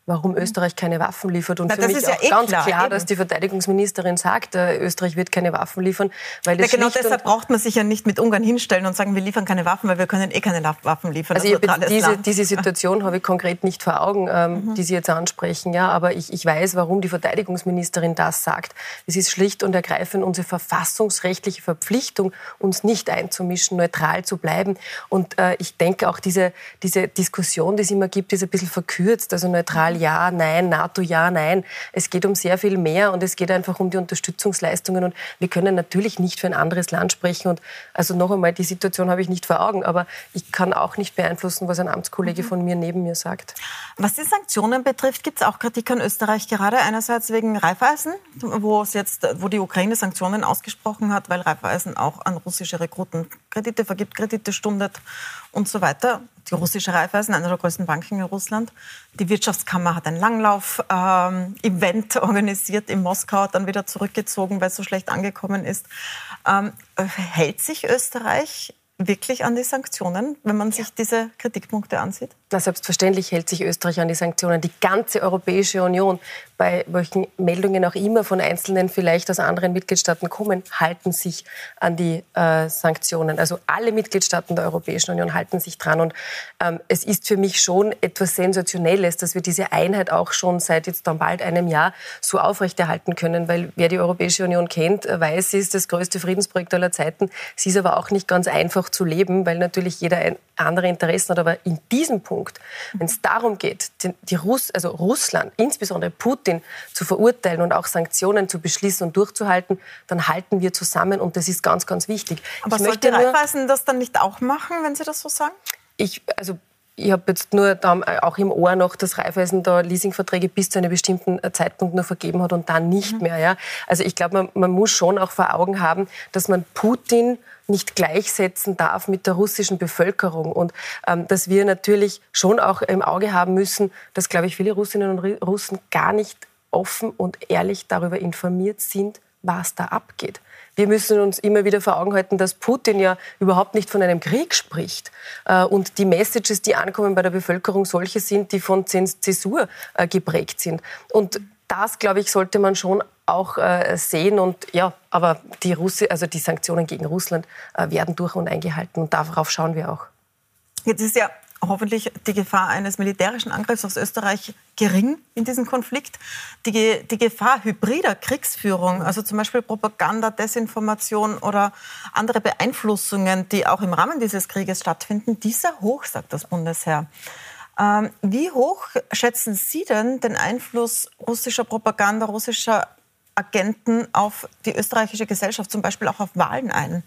warum Österreich keine Waffen liefert. Und Na, für mich ist ja auch eh ganz klar, klar, eben. dass die Verteidigungsministerin sagt, äh, Österreich wird keine Waffen liefern. Weil das ja, genau deshalb braucht man sich ja nicht mit Ungarn hinstellen und sagen, wir liefern keine Waffen, weil wir können eh keine Waffen liefern. Also ich diese, diese Situation habe ich konkret nicht vor Augen, ähm, Mhm. die Sie jetzt ansprechen. Ja, aber ich, ich weiß, warum die Verteidigungsministerin das sagt. Es ist schlicht und ergreifend unsere verfassungsrechtliche Verpflichtung, uns nicht einzumischen, neutral zu bleiben. Und äh, ich denke auch, diese, diese Diskussion, die es immer gibt, ist ein bisschen verkürzt. Also neutral ja, nein, NATO ja, nein. Es geht um sehr viel mehr und es geht einfach um die Unterstützungsleistungen. Und wir können natürlich nicht für ein anderes Land sprechen. Und also noch einmal, die Situation habe ich nicht vor Augen. Aber ich kann auch nicht beeinflussen, was ein Amtskollege von mir neben mir sagt. Was die Sanktionen betrifft, gibt es auch Kritik an Österreich gerade. Einerseits wegen Raiffeisen, wo es jetzt, wo die Ukraine Sanktionen ausgesprochen hat, weil Raiffeisen auch an russische Rekruten Kredite vergibt, Kredite stundet und so weiter. Die russische Raiffeisen, eine der größten Banken in Russland. Die Wirtschaftskammer hat ein Langlauf-Event ähm, organisiert in Moskau, dann wieder zurückgezogen, weil es so schlecht angekommen ist. Ähm, hält sich Österreich wirklich an die Sanktionen, wenn man sich diese Kritikpunkte ansieht? Na, selbstverständlich hält sich Österreich an die Sanktionen. Die ganze Europäische Union, bei welchen Meldungen auch immer von Einzelnen vielleicht aus anderen Mitgliedstaaten kommen, halten sich an die äh, Sanktionen. Also alle Mitgliedstaaten der Europäischen Union halten sich dran. Und ähm, es ist für mich schon etwas Sensationelles, dass wir diese Einheit auch schon seit jetzt dann bald einem Jahr so aufrechterhalten können. Weil wer die Europäische Union kennt, weiß, sie ist das größte Friedensprojekt aller Zeiten. Sie ist aber auch nicht ganz einfach zu leben, weil natürlich jeder ein andere Interessen hat. Aber in diesem Punkt, wenn es darum geht, die, die Russ, also Russland, insbesondere Putin, zu verurteilen und auch Sanktionen zu beschließen und durchzuhalten, dann halten wir zusammen und das ist ganz, ganz wichtig. Aber ich sollte möchte nur, Raiffeisen das dann nicht auch machen, wenn Sie das so sagen? Ich, also ich habe jetzt nur da auch im Ohr noch, dass Raiffeisen da Leasingverträge bis zu einem bestimmten Zeitpunkt nur vergeben hat und dann nicht mhm. mehr. Ja? Also ich glaube, man, man muss schon auch vor Augen haben, dass man Putin nicht gleichsetzen darf mit der russischen Bevölkerung. Und ähm, dass wir natürlich schon auch im Auge haben müssen, dass, glaube ich, viele Russinnen und Russen gar nicht offen und ehrlich darüber informiert sind, was da abgeht. Wir müssen uns immer wieder vor Augen halten, dass Putin ja überhaupt nicht von einem Krieg spricht. Äh, und die Messages, die ankommen bei der Bevölkerung, solche sind, die von Zäsur äh, geprägt sind. Und das, glaube ich, sollte man schon auch äh, sehen. Und ja, aber die, Russi- also die Sanktionen gegen Russland äh, werden durch und eingehalten. Und darauf schauen wir auch. Jetzt ist ja hoffentlich die Gefahr eines militärischen Angriffs auf Österreich gering in diesem Konflikt. Die, die Gefahr hybrider Kriegsführung, also zum Beispiel Propaganda, Desinformation oder andere Beeinflussungen, die auch im Rahmen dieses Krieges stattfinden, die ist sehr hoch, sagt das Bundesheer. Ähm, wie hoch schätzen Sie denn den Einfluss russischer Propaganda, russischer Agenten auf die österreichische Gesellschaft, zum Beispiel auch auf Wahlen ein?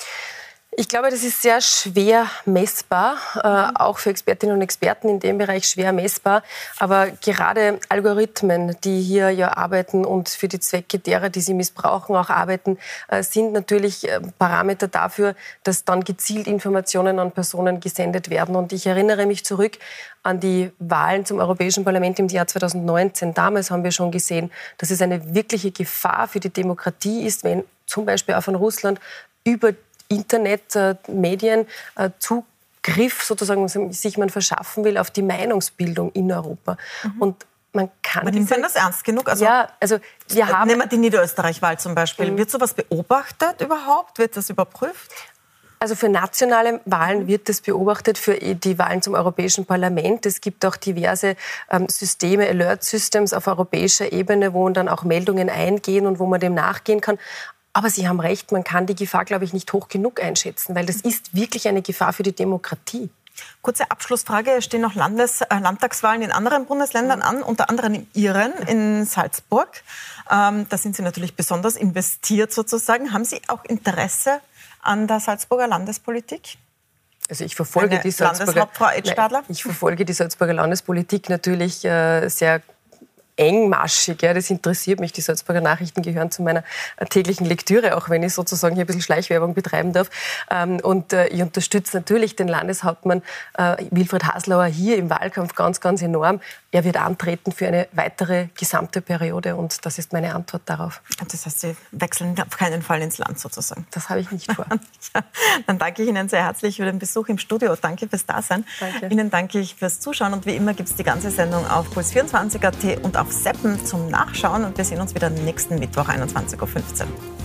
Ich glaube, das ist sehr schwer messbar, äh, auch für Expertinnen und Experten in dem Bereich schwer messbar. Aber gerade Algorithmen, die hier ja arbeiten und für die Zwecke derer, die sie missbrauchen, auch arbeiten, äh, sind natürlich äh, Parameter dafür, dass dann gezielt Informationen an Personen gesendet werden. Und ich erinnere mich zurück an die Wahlen zum Europäischen Parlament im Jahr zweitausendneunzehn. Damals haben wir schon gesehen, dass es eine wirkliche Gefahr für die Demokratie ist, wenn zum Beispiel auch von Russland über Internet, äh, Medien, äh, Zugriff sozusagen sich man verschaffen will auf die Meinungsbildung in Europa. Mhm. Und man kann Aber nimmt man das ernst genug? Also, ja, also wir haben... Nehmen wir die Niederösterreich-Wahl zum Beispiel. Mhm. Wird sowas beobachtet überhaupt? Wird das überprüft? Also für nationale Wahlen wird das beobachtet, für die Wahlen zum Europäischen Parlament. Es gibt auch diverse ähm, Systeme, Alert-Systems auf europäischer Ebene, wo dann auch Meldungen eingehen und wo man dem nachgehen kann. Aber Sie haben recht, man kann die Gefahr, glaube ich, nicht hoch genug einschätzen, weil das ist wirklich eine Gefahr für die Demokratie. Kurze Abschlussfrage. Es stehen noch Landes-, äh, Landtagswahlen in anderen Bundesländern an, unter anderem in Ihren, in Salzburg. Ähm, da sind Sie natürlich besonders investiert sozusagen. Haben Sie auch Interesse an der Salzburger Landespolitik? Also ich verfolge, die Salzburger, Landeshauptfrau Edstadler? Nein, ich verfolge die Salzburger Landespolitik natürlich äh, sehr engmaschig. Ja, das interessiert mich. Die Salzburger Nachrichten gehören zu meiner täglichen Lektüre, auch wenn ich sozusagen hier ein bisschen Schleichwerbung betreiben darf. Und ich unterstütze natürlich den Landeshauptmann Wilfried Haslauer hier im Wahlkampf ganz, ganz enorm. Er wird antreten für eine weitere gesamte Periode und das ist meine Antwort darauf. Das heißt, Sie wechseln auf keinen Fall ins Land sozusagen? Das habe ich nicht vor. Ja, dann danke ich Ihnen sehr herzlich für den Besuch im Studio. Danke fürs Dasein. Danke. Ihnen danke ich fürs Zuschauen und wie immer gibt es die ganze Sendung auf puls vierundzwanzig punkt at und auf Seppen zum Nachschauen und wir sehen uns wieder nächsten Mittwoch einundzwanzig Uhr fünfzehn.